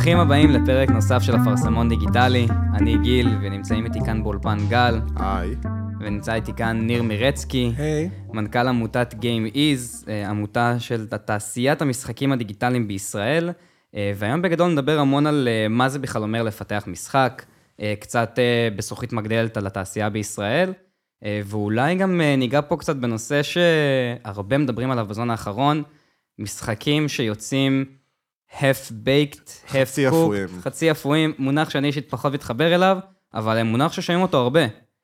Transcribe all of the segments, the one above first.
ברוכים הבאים לפרק נוסף של אפרסמון דיגיטלי. אני גיל, ונמצאים איתי כאן באולפן גל. היי. ונמצא איתי כאן ניר מירצקי. היי. מנכ"ל עמותת Game.is, עמותה של תעשיית המשחקים הדיגיטליים בישראל. והיום בגדול נדבר המון על מה זה בכלל אומר לפתח משחק, קצת בשוחית מגדלת על התעשייה בישראל, ואולי גם ניגע פה קצת בנושא שהרבה מדברים עליו בזמן האחרון, משחקים שיוצאים half-baked, half-cooked, חצי אפויים, מונח שאני אישית פחות מתחבר אליו, אבל מונח ששומעים אותו הרבה.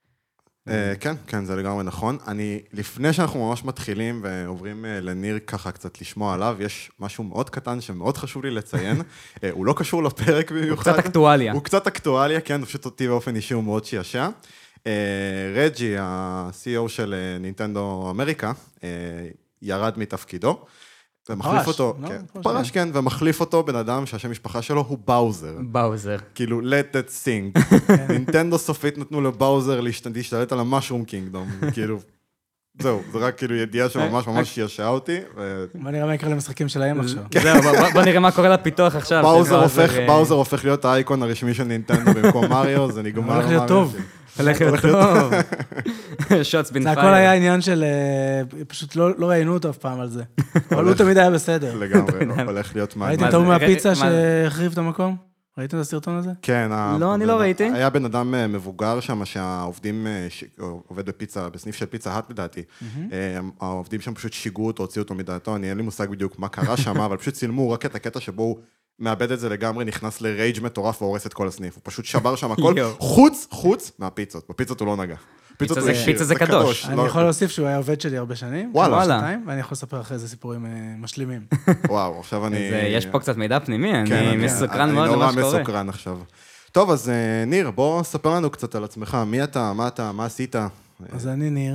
כן, זה לגמרי נכון. לפני שאנחנו ממש מתחילים ועוברים לניר ככה קצת לשמוע עליו, יש משהו מאוד קטן שמאוד חשוב לי לציין. הוא לא קשור לפרק במיוחד. הוא קצת אקטואליה. הוא קצת אקטואליה, כן, פשוט אותי באופן אישי הוא מאוד שישע. רג'י, ה-CEO של נינטנדו אמריקה, ירד מתפקידו. ומחליף אותו, פרש, כן, ומחליף אותו בן אדם שהשם משפחה שלו הוא באוזר. באוזר. כאילו, let that sing. נינטנדו סופית נתנו לבאוזר להשתלט על המשרום קינגדום. כאילו, זהו, זה רק כאילו ידיעה שממש ממש ישעה אותי. בוא נראה מה יקרה למשחקים שלהם עכשיו. זהו, בוא נראה מה קורה לפיתוח עכשיו. באוזר הופך להיות האייקון הרשמי של נינטנדו במקום מריו, זה נגמר. הולך להיות טוב. הולך להיות טוב. שוטס בן פייר. זה הכל היה עניין של, פשוט לא ראינו אותו אף פעם על זה. אבל הוא תמיד היה בסדר. לגמרי, הולך להיות מעניין. ראיתם טוב מהפיצה שהחריב את המקום? ראיתם את הסרטון הזה? כן. לא, אני לא ראיתי. היה בן אדם מבוגר שם שהעובדים, עובד בפיצה, בסניף של פיצה האט לדעתי, העובדים שם פשוט שיגעו אותו, הוציאו אותו מדעתו, אין לי מושג בדיוק מה קרה שם, אבל פשוט צילמו רק את הקטע שבו הוא מאבד את זה לגמרי, נכנס לרייג' מטורף והורס את כל הסניף. הוא פשוט שבר שם הכל, חוץ מהפיצות. בפיצות הוא לא נגע. פיצה זה קדוש. אני יכול להוסיף שהוא היה עובד שלי הרבה שנים. וואלה. ואני יכול לספר אחרי זה סיפורים משלימים. וואו, עכשיו אני... יש פה קצת מידע פנימי, אני מסוקרן מאוד למה שקורה. אני נורא מסוקרן עכשיו. טוב, אז ניר, בוא ספר לנו קצת על עצמך. מי אתה? מה אתה? מה עשית? אז אני ניר.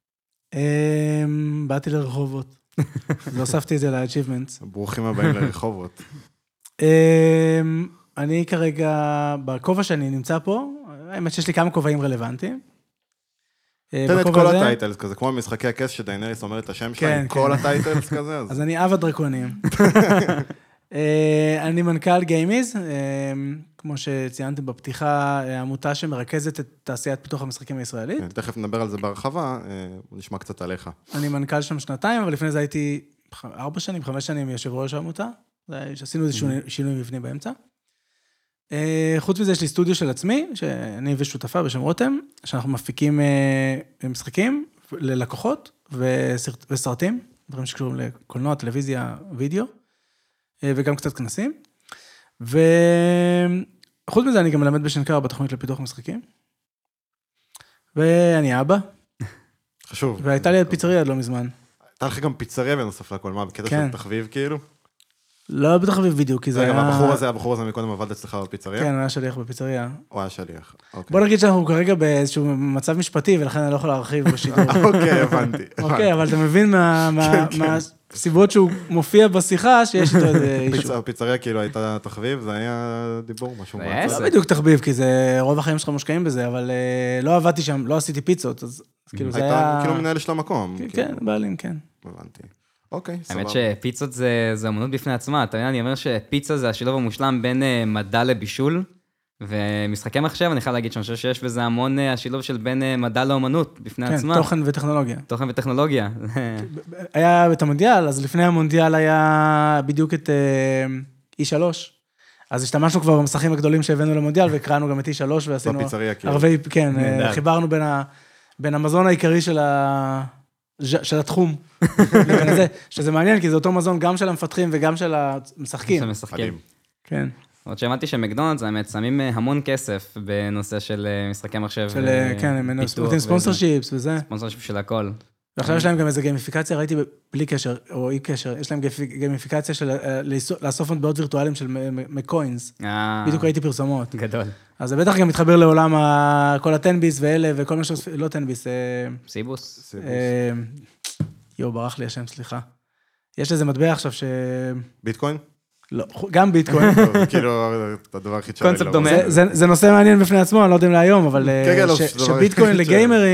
באתי לרחובות. והוספתי את זה ל-achievements. ברוכים הבאים לרחובות. אני כרגע, בכובע שאני נמצא פה, האמת שיש לי כמה כובעים רלוונטיים. תן את כל הטייטלס כזה, כמו במשחקי הכס שדיינריס אומר את השם שלהם, כל הטייטלס כזה. אז אני אב הדרקונים. אני מנכ"ל Game.is, כמו שציינתם בפתיחה, עמותה שמרכזת את תעשיית פיתוח המשחקים הישראלית. תכף נדבר על זה בהרחבה, נשמע קצת עליך. אני מנכ"ל שם 2 אבל לפני זה הייתי 4 שנים, 5 שנים יושב ראש העמותה, עשינו איזה שינוי מבני באמצע. חוץ מזה יש לי סטודיו של עצמי, שאני ושותפה בשם רותם, שאנחנו מפיקים משחקים ללקוחות וסרטים, דברים שקשורים לקולנוע, טלוויזיה, וידאו, וגם קצת כנסים. וחוץ מזה אני גם מלמד בשנקר בתוכנית לפיתוח משחקים. ואני אבא. חשוב. והייתה לי פיצריה עד לא מזמן. הייתה לך גם פיצריה בנוסף לכל, מה, בקטע של תחביב כאילו? לא בתחביב בדיוק, כי זה היה... הבחור הזה מקודם עבד אצלך בפיצריה? כן, הוא היה שליח בפיצריה. הוא היה שליח, אוקיי. בוא נגיד שאנחנו כרגע באיזשהו מצב משפטי, ולכן אני לא יכול להרחיב בשידור. אוקיי, הבנתי. אוקיי, אבל אתה מבין מהסיבות שהוא מופיע בשיחה, שיש איתו איזה אישו. הפיצריה כאילו הייתה תחביב, זה היה דיבור, משהו לא בדיוק תחביב, כי זה רוב החיים שלך מושקעים בזה, אבל לא עבדתי שם, לא עשיתי פיצות, אז כאילו זה היה... הייתה כאילו מנהל של המקום. כן, בעלים, כן. הבנתי. אוקיי, סבבה. האמת שפיצות זה אמנות בפני עצמה, אתה יודע, אני אומר שפיצה זה השילוב המושלם בין מדע לבישול, ומשחקי מחשב, אני חייב להגיד שאני חושב שיש בזה המון השילוב של בין מדע לאמנות בפני עצמה. כן, תוכן וטכנולוגיה. תוכן וטכנולוגיה. היה את המונדיאל, אז לפני המונדיאל היה בדיוק את E3, אז השתמשנו כבר במשחקים הגדולים שהבאנו למונדיאל, והקראנו גם את E3, ועשינו ערבי, כן, חיברנו בין המזון העיקרי של התחום, שזה מעניין, כי זה אותו מזון גם של המפתחים וגם של המשחקים. כן. עוד שהאמנתי שמקדונלדס, האמת, שמים המון כסף בנושא של משחקי מחשב. כן, הם נותנים ספונסרשיפס וזה. ספונסרשיפ של הכל. ועכשיו יש להם גם איזה גיימיפיקציה, ראיתי בלי קשר, או אי קשר, יש להם גיימיפיקציה של לאסוף מטבעות וירטואליים של מקוינס. בדיוק ראיתי פרסומות. גדול. אז זה בטח גם מתחבר לעולם כל הטנביס ואלה, וכל מה שעושה, לא טנביס. סיבוס. ברח לי השם, סליחה. יש איזה מטבע עכשיו ש... ביטקוין? לא, גם ביטקוין. כאילו, הדבר הכי קונספט דומה. זה נושא מעניין בפני עצמו, אני לא יודעים להיום, אבל שביטקוין לגיימרים,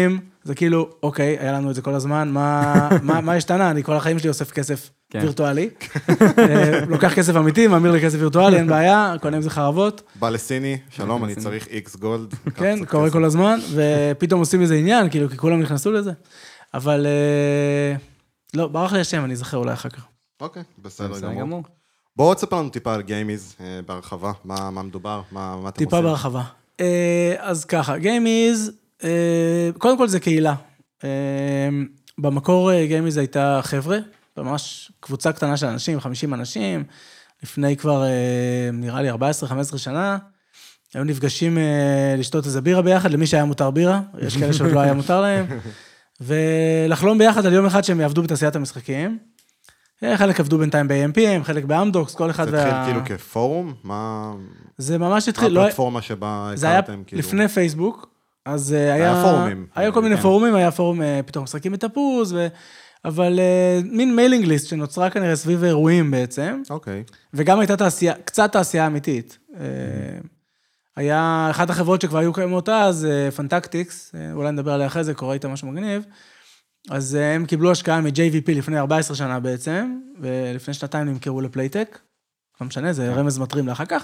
זה כאילו, אוקיי, היה לנו את זה כל הזמן, מה השתנה? אני כל החיים שלי אוסף כסף וירטואלי. לוקח כסף אמיתי, מאמיר לכסף וירטואלי, אין בעיה, קונה עם זה חרבות. בא לסיני, שלום, אני צריך X גולד. כן, קורה כל הזמן, ופתאום עושים איזה עניין, כאילו, כי כולם נכנסו לזה. אבל לא, ברח לי השם, אני אזכר אולי אחר כך. אוקיי, בסדר גמור. בואו תספר לנו טיפה על גיימיז בהרחבה, מה מדובר, מה אתם עושים? טיפה בהרחבה. אז ככה, גיימיז, קודם כל זה קהילה. במקור גיימיז הייתה חבר'ה, ממש קבוצה קטנה של אנשים, 50 אנשים, לפני כבר נראה לי 14-15 שנה, היו נפגשים לשתות איזה בירה ביחד, למי שהיה מותר בירה, יש כאלה שעוד לא היה מותר להם, ולחלום ביחד על יום אחד שהם יעבדו בתעשיית המשחקים. חלק עבדו בינתיים ב-AMPM, חלק באמדוקס, כל אחד זה התחיל כאילו כפורום? זה ממש התחיל, מה הפלטפורמה שבה זה היה הכרתם? לפני פייסבוק, אז היה פורומים. היה כל מיני פורומים, היה פורום פתאום משחקים בתפוז, אבל מין מיילינג ליסט שנוצרה כנראה סביב אירועים בעצם. אוקיי. וגם הייתה תעשייה, קצת תעשייה אמיתית. היה אחת החברות שכבר היו קיימות אז, פנטקטיקס, אולי נדבר עליה אחרי זה, קורא איתה משהו מגניב. אז הם קיבלו השקעה מ-JVP לפני 14 שנה בעצם, ולפני שנתיים נמכרו לפלייטק. לא משנה, זה רמז מטרים לאחר כך.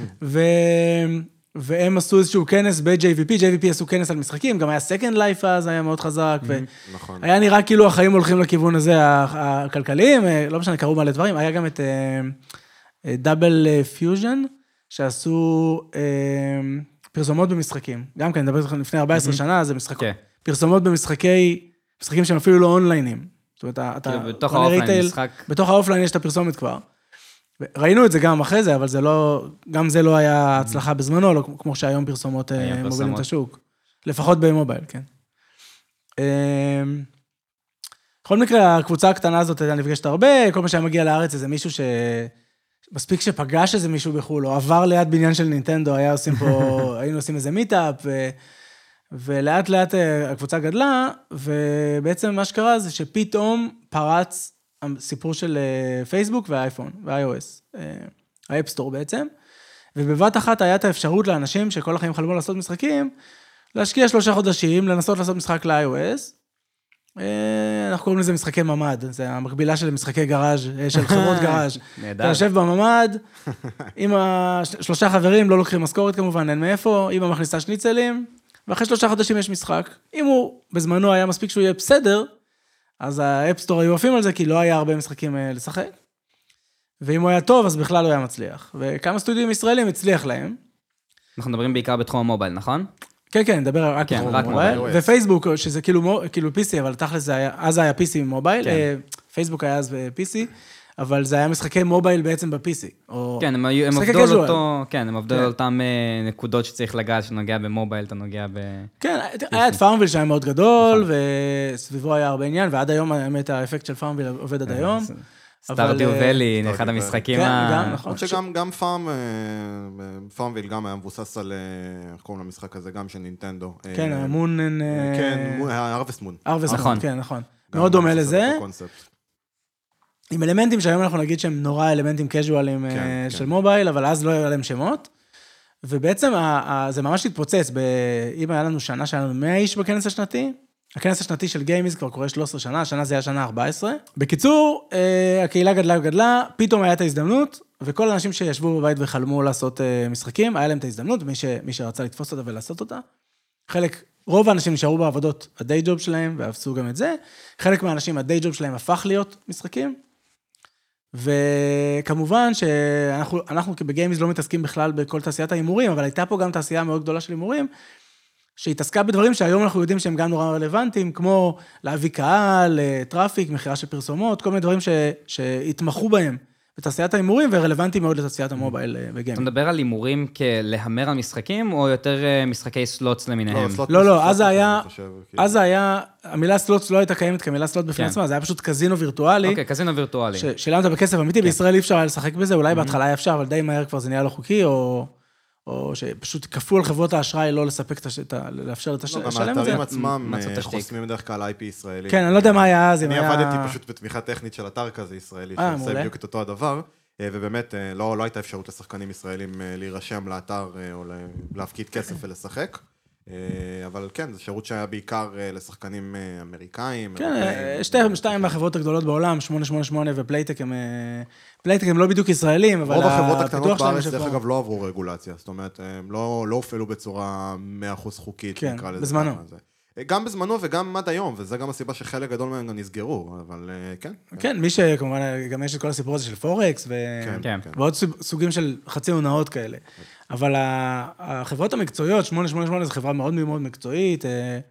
והם עשו איזשהו כנס ב-JVP, JVP עשו כנס על משחקים, גם היה Second Life אז, היה מאוד חזק, והיה נראה כאילו החיים הולכים לכיוון הזה, הכלכליים, לא משנה, קראו מלא דברים, היה גם את דאבל פיוז'ן, שעשו פרסומות במשחקים, גם כן, נדבר לפני 14 שנה, זה פרסומות משחקים שהם אפילו לא אונליינים, זאת אומרת, אתה... בתוך האופליין משחק... בתוך האופליין יש את הפרסומת כבר. ראינו את זה גם אחרי זה, אבל זה לא, גם זה לא היה הצלחה בזמנו, לא כמו שהיום פרסומות מובילים את השוק. לפחות במובייל, כן. בכל מקרה, הקבוצה הקטנה הזאת הייתה נפגשת הרבה, כל מה שהיה מגיע לארץ, איזה מישהו מספיק שפגש איזה מישהו בחו"ל, או עבר ליד בניין של נינטנדו, היינו עושים איזה מיטאפ, ולאט לאט הקבוצה גדלה, ובעצם מה שקרה זה שפתאום פרץ הסיפור של פייסבוק והאייפון, וה-iOS, האפסטור בעצם, ובבת אחת היה את האפשרות לאנשים שכל החיים חלמו לעשות משחקים, להשקיע 3 חודשים, לנסות לעשות משחק ל-iOS, אנחנו קוראים לזה משחקי ממד, זה המקבילה של משחקי גראז' של חברות גראז'. אתה יושב בממד, עם 3 חברים, לא לוקחים משכורת כמובן, אין מאיפה, אמא מכניסה שניצלים, ואחרי 3 חודשים יש משחק. אם הוא בזמנו היה מספיק שהוא יהיה בסדר, אז האפסטור היו עפים על זה, כי לא היה הרבה משחקים לשחק. ואם הוא היה טוב, אז בכלל לא היה מצליח. וכמה סטודיו ישראלים הצליח להם. אנחנו מדברים בעיקר בתחום המובייל, נכון? כן, כן, נדבר רק בתחום המובייל. ופייסבוק, שזה כאילו PC, אבל תכל'ס זה היה, אז היה PC מובייל, פייסבוק היה אז ב-PC, אבל זה היה משחקי מובייל בעצם ב-PC. כן, הם עבדו על אותם נקודות שצריך לגעת, שנוגע במובייל, אתה נוגע ב... כן, היה את פארמוויל שהיה מאוד גדול, וסביבו היה הרבה עניין, ועד היום האמת האפקט של פארמוויל עובד עד היום. סטארדיו ואלי, אחד המשחקים שגם פארמוויל גם היה מבוסס על, איך קוראים למשחק הזה, גם של נינטנדו. כן, המון... כן, הרווסט מון. כן, נכון. מאוד דומה לזה. עם אלמנטים שהיום אנחנו נגיד שהם נורא אלמנטים קז'ואליים של מובייל, אבל אז לא היו להם שמות. ובעצם זה ממש התפוצץ, אם היה לנו שנה שהיה לנו 100 איש בכנס השנתי, הכנס השנתי של גיימיז כבר קורה 13 שנה, השנה זה היה שנה 14. בקיצור, הקהילה גדלה, פתאום הייתה ההזדמנות, וכל האנשים שישבו בבית וחלמו לעשות משחקים, היה להם את ההזדמנות, מי שרצה לתפוס אותה ולעשות אותה. רוב האנשים נשארו בעבודות הדיי ג'וב שלהם, ועשו גם את זה. חלק מהאנשים, הדיי ג'וב שלהם הפך להיות משחקים. וכמובן שאנחנו בגיימיז לא מתעסקים בכלל בכל תעשיית ההימורים, אבל הייתה פה גם תעשייה מאוד גדולה של הימורים, שהתעסקה בדברים שהיום אנחנו יודעים שהם גם נורא רלוונטיים, כמו להביא קהל, טראפיק, מחירה של פרסומות, כל מיני דברים שהתמחו בהם בתעשיית ההימורים, ורלוונטיים מאוד לתעשיית המובייל בגיימינג. אתה מדבר על הימורים כלהמר על משחקים, או יותר משחקי סלוטס למיניהם? לא, אז היה, המילה סלוטס לא הייתה קיימת כמילה סלוט בפני עצמה, זה היה פשוט קזינו וירטואלי. אוקיי, קזינו וירטואלי. ששילמת בכסף אמיתי, בישראל אי אפשר היה לשחק בזה, אולי בהתחלה היה אפשר, אבל די מהר כבר זה נהיה לא חוקי, או שפשוט כפו על חברות האשראי לא לספק, לאפשר לשלם את זה. האתרים עצמם חוסמים בדרך כלל IP ישראלי. כן, אני לא יודע מה היה אז. אני עבדתי פשוט בתמיכה טכנית של אתר כזה ישראלי, שעושה בדיוק את אותו הדבר, ובאמת לא הייתה אפשרות לשחקנים ישראלים להירשם לאתר, או להפקיד כסף ולשחק. אבל כן, זה שירות שהיה בעיקר לשחקנים אמריקאים. כן, שתיים מהחברות הגדולות בעולם, 888 ופלייטק הם לא בדיוק ישראלים, אבל רוב החברות הקטנות בארץ, דרך אגב, לא עברו רגולציה, זאת אומרת, הם לא הופעלו בצורה 100% חוקית, נקרא לזה. כן, בזמנו. גם בזמנו וגם עד היום, וזה גם הסיבה שחלק גדול מהם נסגרו, אבל כן. כן, מי שכמובן, גם יש את כל הסיפור הזה של פורקס, ועוד סוגים של חצי הונאות כאלה. אבל החברות המקצועיות, 888 זו חברה מאוד מאוד מקצועית,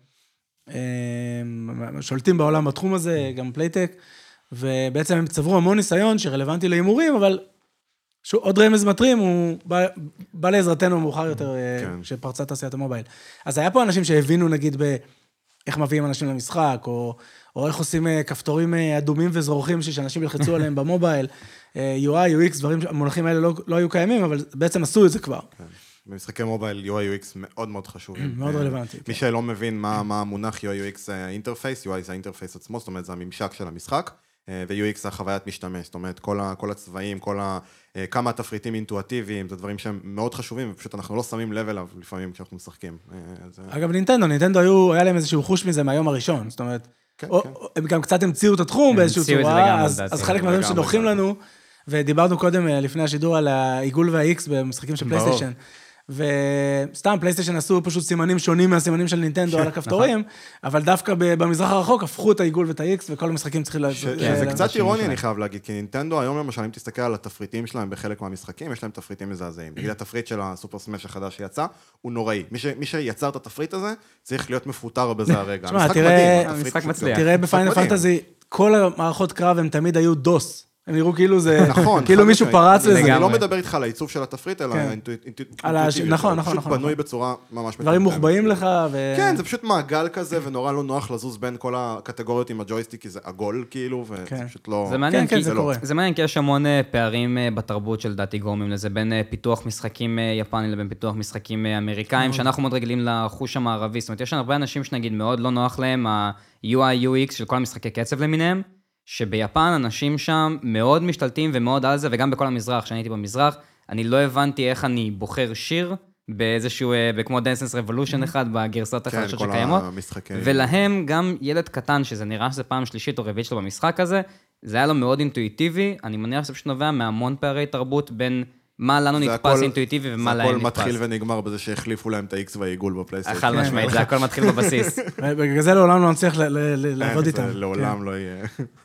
שולטים בעולם בתחום הזה, גם פלייטק, ובעצם הם צברו המון ניסיון שרלוונטי להימורים, אבל עוד רמז מטרים, הוא בא לעזרתנו מאוחר יותר, שפרצה תעשיית המובייל. אז היה פה אנשים שהבינו, נגיד, איך מביאים אנשים למשחק, או איך עושים כפתורים אדומים וזרוכים, שאנשים ילחצו עליהם במובייל, UI, UX, דברים, המונחים האלה לא היו קיימים, אבל בעצם עשו את זה כבר. במשחקי מובייל, UI, UX מאוד מאוד חשובים. מאוד רלוונטי. מי שלא מבין מה המונח UI, UX זה האינטרפייס, UI זה האינטרפייס עצמו, זאת אומרת, זה הממשק של המשחק. ו-UX זה החוויית משתמש, זאת אומרת, כל הצבעים, כמה התפריטים אינטואטיביים, זה דברים שהם מאוד חשובים, ופשוט אנחנו לא שמים לב אליו לפעמים כשאנחנו משחקים. אגב, נינטנדו היה להם איזשהו חוש מזה מהיום הראשון, זאת אומרת, הם גם קצת המציאו את התחום באיזשהו צורה, אז חלק מהדברים שנוחים לנו, ודיברנו קודם לפני השידור על העיגול וה-X במשחקים של פלייסטיישן, וסתם פלייסטיישן עשו פשוט סימנים שונים מהסימנים של נינטנדו על הכפתורים, אבל דווקא במזרח הרחוק הפכו את העיגול ואת ה-X, וכל המשחקים צריכים זה קצת אירוני, אני חייב להגיד, כי נינטנדו היום למשל, אם תסתכל על התפריטים שלהם בחלק מהמשחקים, יש להם תפריטים מזעזעים. נגיד התפריט של הסופר סמש החדש שיצא, הוא נוראי. מי שיצר את התפריט הזה, צריך להיות מפוטר בזה הרגע. המשחק מצליח. תראה בפיינל פנטזי, כל המערכות קרב הם תמיד היו דוס. הם נראו כאילו זה, כאילו מישהו פרץ לזה. אני לא מדבר איתך על העיצוב של התפריט, אלא נכון. פשוט בנוי בצורה ממש דברים מוחבאים לך. כן, זה פשוט מעגל כזה, ונורא לא נוח לזוז בין כל הקטגוריות עם הג'ויסטיק, כי זה עגול כאילו, וזה פשוט לא... זה מעניין, כי יש המון פערים בתרבות של דעתי גורמים לזה, בין פיתוח משחקים יפני לבין פיתוח משחקים אמריקאים, שאנחנו מאוד רגילים לחוש המערבי. זאת אומרת, יש הרבה אנשים שנגיד מאוד לא נוח להם, ה-UI, UX של כל המשחקי קצב למיניהם, שביפן אנשים שם מאוד משתלטים ומאוד על זה, וגם בכל המזרח, כשאני הייתי במזרח, אני לא הבנתי איך אני בוחר שיר, באיזשהו, כמו Dance Revolution אחד, בגרסאות החדשות שקיימות, ולהם גם ילד קטן, שזה נראה שזה פעם שלישית או רביעית שלו במשחק הזה, זה היה לו מאוד אינטואיטיבי, אני מניח שזה פשוט נובע מהמון פערי תרבות בין מה לנו נתפס אינטואיטיבי ומה להם נתפס. זה הכל מתחיל ונגמר בזה שהחליפו להם את ה-X והעיגול בפלייסטיישן. חד משמעית, זה הכל מתחיל בבסיס. בגלל זה לעולם לא נצליח לעבוד איתם. לעולם לא יהיה.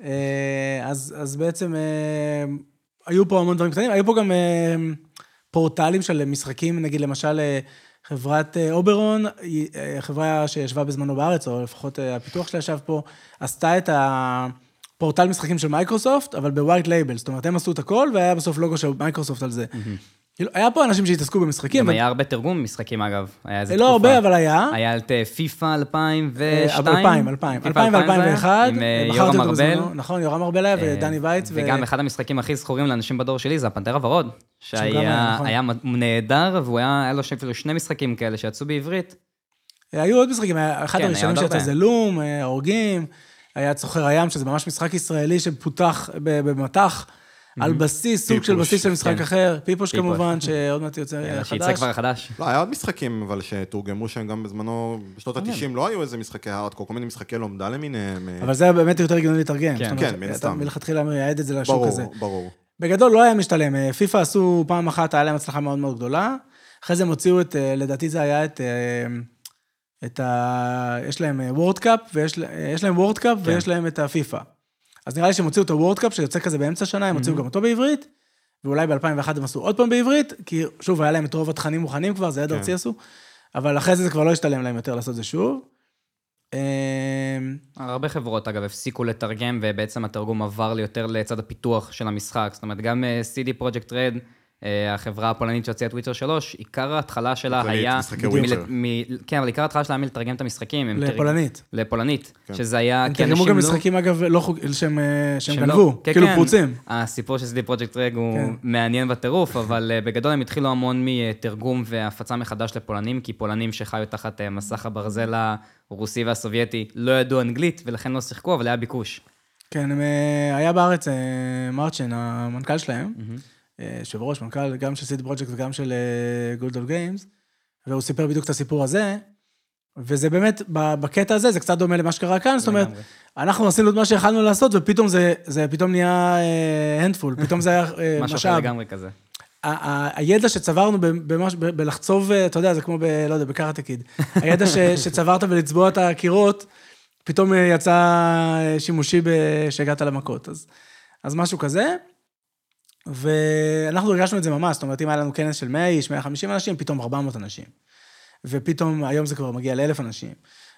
אז בעצם היו פה המון דברים קטנים, היו פה גם פורטלים של משחקים, נגיד למשל חברת אוברון, חברה שישבה בזמנו בארץ, או לפחות הפיתוח שלה ישב פה, עשתה את פורטל משחקים של מייקרוסופט, אבל בווייט לייבל, זאת אומרת, הם עשו את הכל, והיה בסוף לוגו של מייקרוסופט על זה. היה פה אנשים שהתעסקו במשחקים. גם היה הרבה תרגום במשחקים, אגב. לא הרבה, אבל היה. היה את פיפה 2002. 2000 ו-2001. עם יורם ארבל. נכון, יורם ארבל היה ודני וייץ. וגם אחד המשחקים הכי זכורים לאנשים בדור שלי, זה הפנתר הוורוד. שהיה נהדר, והיה לו אפילו שני משחקים כאלה שיצאו בעברית. היו עוד משחקים, אחד הראשונים שיצא זה לום, הורגים. היה צוחר הים, שזה ממש משחק ישראלי שפותח במתח, על בסיס, סוג של בסיס של משחק אחר, פיפוש כמובן, שעוד מעט יוצא חדש. שיצא כבר חדש. לא, היה עוד משחקים, אבל שתורגמו שהם גם בזמנו, בשנות ה-90 לא היו איזה משחקי הארדקור, כל מיני משחקי לומדה למיניהם. אבל זה באמת יותר גדול לתרגם. כן, מן הסתם. מלכתחילה מייעד את זה לשוק הזה. ברור. בגדול לא היה משתלם. פיפה עשו פעם אחת, היה להם הצלחה מאוד מאוד גדולה. אחרי זה הם הוציאו לדעתי זה היה יש להם וורדקאפ, ויש להם וורדקאפ, ויש להם את הפיפה. אז נראה לי שהם הוציאו את הוורדקאפ, שיוצא כזה באמצע שנה, הם הוציאו גם אותו בעברית, ואולי ב-2001 הם עשו עוד פעם בעברית, כי שוב, היה להם את רוב התכנים מוכנים כבר, זה עד ארצי עשו, אבל אחרי זה כבר לא השתלם להם יותר לעשות זה שוב. הרבה חברות, אגב, הפסיקו לתרגם, ובעצם התרגום עבר לי יותר לצד הפיתוח של המשחק. זאת אומרת, גם CD Projekt Red, החברה הפולנית שהוציאה את וויצ'ר 3, עיקר ההתחלה שלה היה... כן, אבל עיקר ההתחלה שלה היה לתרגם את המשחקים. לפולנית. לפולנית, שזה היה... הם תרגמו גם משחקים, אגב, שהם גנבו, כאילו פרוצים. הסיפור של CD Projekt Red הוא מעניין בטירוף, אבל בגדול הם התחילו המון מתרגום והפצה מחדש לפולנים, כי פולנים שחיו תחת מסך הברזל הרוסי והסובייטי לא ידעו אנגלית, ולכן לא שיחקו, אבל היה ביקוש. כן, היה בארץ מרצ'ן, המנכ"ל שלהם, יושב ראש, מנכ"ל, גם של CD Projekt וגם של Good Old Games, והוא סיפר בדיוק את הסיפור הזה, וזה באמת, בקטע הזה, זה קצת דומה למה שקרה כאן, זאת אומרת, אנחנו עשינו את מה שיכולנו לעשות, ופתאום זה פתאום נהיה הנדפול, פתאום זה היה משאב. משהו אחר לגמרי כזה. הידע שצברנו בלחצוב, אתה יודע, זה כמו לא יודע, בקראטה קיד. הידע שצברת ולצבוע את הקירות, פתאום יצא שימושי שהגעת למכות. אז משהו כזה, ואנחנו הרגשנו את זה ממש, זאת אומרת, אם היה לנו כנס של 100 איש, 150 אנשים, פתאום 400 אנשים. ופתאום היום זה כבר מגיע ל1,000 אנשים.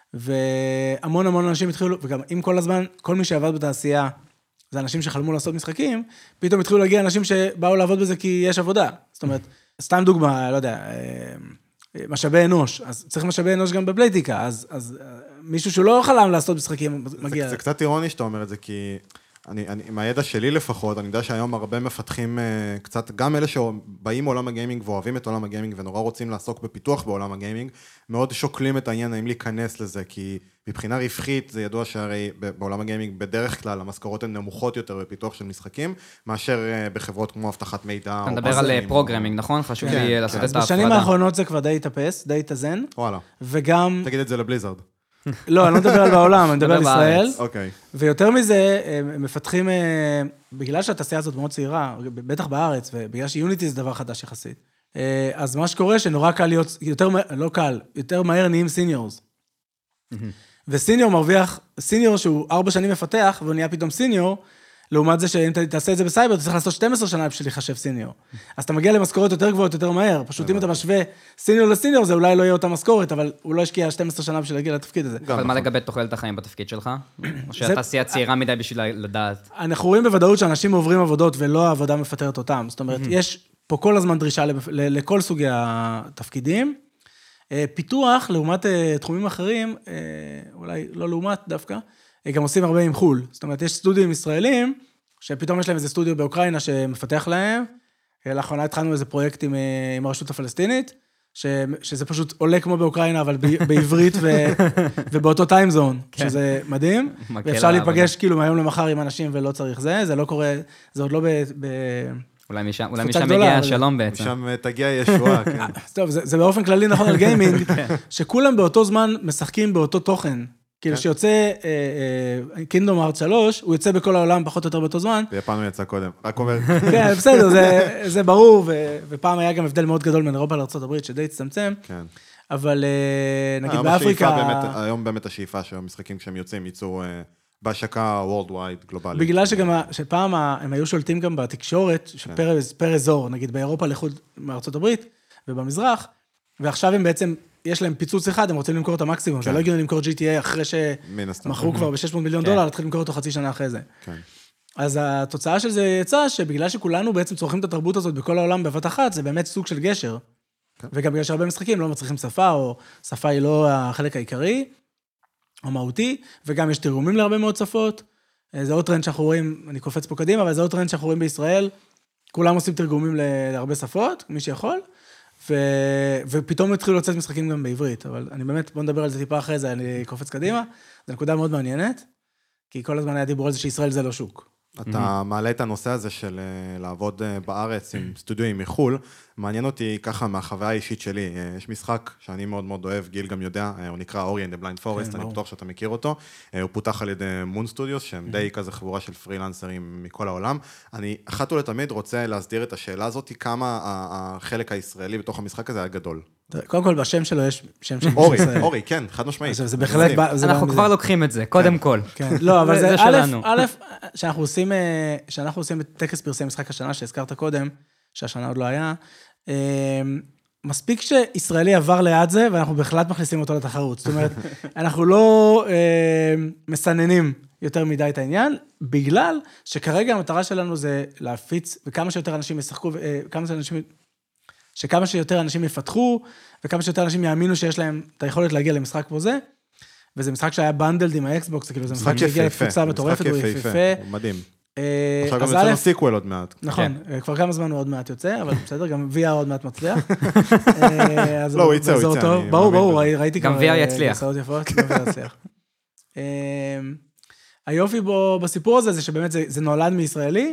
והמון המון אנשים התחילו, וגם אם כל הזמן, כל מי שעבד בתעשייה, זה אנשים שחלמו לעשות משחקים, פתאום התחילו להגיע אנשים שבאו לעבוד בזה כי יש עבודה. זאת אומרת, סתם דוגמה, לא יודע, משאבי אנוש, אז צריך משאבי אנוש גם בפלייטיקה, אז מישהו שלא חלם לעשות משחקים מגיע. זה קצת אירוני שאתה אומר את זה, כי עם הידע שלי לפחות, אני יודע שהיום הרבה מפתחים קצת, גם אלה שבאים מעולם הגיימינג ואוהבים את עולם הגיימינג ונורא רוצים לעסוק בפיתוח בעולם הגיימינג, מאוד שוקלים את העניין האם להיכנס לזה, כי מבחינה רווחית זה ידוע שהרי בעולם הגיימינג בדרך כלל המשכורות הן נמוכות יותר בפיתוח של משחקים, מאשר בחברות כמו הבטחת מידע. אתה מדבר על פרוגרמינג, נכון? חשוב לי לעשות את ההפרדה. בשנים האחרונות זה כבר די התאפס, די התאזן. וואלה. וגם... תגיד את זה לבליזרד. לא, אני לא מדבר על בעולם, אני מדבר על ישראל. אוקיי. ויותר מזה, מפתחים, בגלל שהתעשייה הזאת מאוד צעירה, בטח בארץ, ובגלל שיוניטי זה דבר חדש יחסית. אז מה שקורה, שנורא קל להיות, לא קל, יותר מהר נהיים סיניורס. וסיניור מרוויח, סיניור שהוא 4 שנים מפתח, והוא נהיה פתאום סיניור, לעומת זה שאם אתה תעשה את זה בסייבר, אתה צריך לעשות 12 שנה בשביל לחשב סיניור. אז אתה מגיע למשכורת יותר גבוהות, יותר מהר. פשוט אם אתה משווה סיניור לסיניור, זה אולי לא יהיה אותה משכורת, אבל הוא לא השקיע 12 שנה בשביל להגיע לתפקיד הזה. אבל מה לגבי תוחלת החיים בתפקיד שלך? או שהתעשייה צעירה מדי בשביל לדעת? אנחנו רואים בוודאות שאנשים עוברים עבודות ולא העבודה מפטרת אותם. זאת אומרת, יש פה כל הזמן דרישה לכל סוגי התפקידים. פיתוח, לעומת תחומים אחרים, אולי לא לעומת דווקא, גם עושים הרבה עם חול. זאת אומרת, יש סטודיו ישראלים, שפתאום יש להם איזה סטודיו באוקראינה שמפתח להם. לאחרונה התחלנו איזה פרויקט עם הרשות הפלסטינית, שזה פשוט עולה כמו באוקראינה, אבל בעברית ובאותו טיים זון, שזה מדהים. ואפשר להיפגש כאילו מהיום למחר עם אנשים ולא צריך זה לא קורה, זה עוד לא אולי משם מגיע השלום בעצם. משם תגיע ישועה, כן. טוב, זה באופן כללי נכון על גיימינג, שכולם באותו זמן משחקים באותו תוכן. כאילו שיוצא קינגדום הארץ 3, הוא יוצא בכל העולם פחות או יותר באותו זמן. ביפן הוא יצא קודם, רק אומר. כן, בסדר, זה ברור, ופעם היה גם הבדל מאוד גדול בין אירופה לארצות הברית, שדי הצטמצם. כן. אבל נגיד באפריקה... היום באמת השאיפה שהמשחקים כשהם יוצאים ייצאו בהשקה worldwide, גלובלית. בגלל שפעם הם היו שולטים גם בתקשורת, פר אזור, נגיד באירופה לחוד מארצות הברית ובמזרח, ועכשיו הם בעצם, יש להם פיצוץ אחד, הם רוצים למכור את המקסימום, זה לא הגיוני למכור GTA אחרי שמכרו כבר ב$600 מיליון, להתחיל למכור אותו חצי שנה אחרי זה. אז התוצאה של זה יצא, שבגלל שכולנו בעצם צורכים את התרבות הזאת בכל העולם בבת אחת, זה באמת סוג של גשר. וגם בגלל שהרבה משחקים לא מצריכים שפה, או שפה היא לא החלק העיקרי, או מהותי, וגם יש תרגומים להרבה מאוד שפות. זה עוד טרנד שאנחנו רואים, אני קופץ פה קדימה, אבל זה עוד טרנד שאנחנו רואים בישראל, כולם עושים תרגומים להרבה שפות, מי שיכול, ופתאום התחילו לצאת משחקים גם בעברית, אבל אני באמת, בוא נדבר על זה טיפה אחרי זה, אני קופץ קדימה, זו נקודה מאוד מעניינת, כי כל הזמן היה דיבור על זה שישראל זה לא שוק. אתה מעלה את הנושא הזה של לעבוד בארץ עם סטודיו מחול, מעניין אותי ככה מהחוויה האישית שלי, יש משחק שאני מאוד מאוד אוהב, גיל גם יודע, הוא נקרא אורי and the Blind Forest, אני בטוח שאתה מכיר אותו, הוא פותח על ידי מון סטודיוס, שהם די כזה חבורה של פרילנסרים מכל העולם, אני אחת ולתמיד רוצה להסדיר את השאלה הזאת, כמה החלק הישראלי בתוך המשחק הזה היה גדול. קודם כל, בשם שלו יש שם של אורי, כן, חד משמעית. זה בהחלט... אנחנו כבר לוקחים את זה, קודם כל. לא, אבל זה א', שאנחנו עושים בטקס פרסי משחק השנה, שהזכרת קודם, שהשנה עוד לא היה, מספיק שישראלי עבר ליד זה, ואנחנו בכלל מכניסים אותו לתחרות. זאת אומרת, אנחנו לא מסננים יותר מדי את העניין, בגלל שכרגע המטרה שלנו זה להפיץ, וכמה שיותר אנשים ישחקו, שכמה שיותר אנשים יפתחו, וכמה שיותר אנשים יאמינו שיש להם את היכולת להגיע למשחק כמו זה, וזה משחק שהיה בנדלד עם האקסבוקס, כאילו זה משחק שהגיע לתפוצה מטורפת, הוא יפהפה. מדהים. עכשיו גם יוצא לו סיקוול עוד מעט. נכון, כבר כמה זמן הוא עוד מעט יוצא, אבל בסדר, גם VR עוד מעט מצליח. לא, הוא יצא. ברור, ראיתי גם VR יצליח. גם VR יצליח. היופי בסיפור הזה, זה שבאמת זה נולד מישראלי,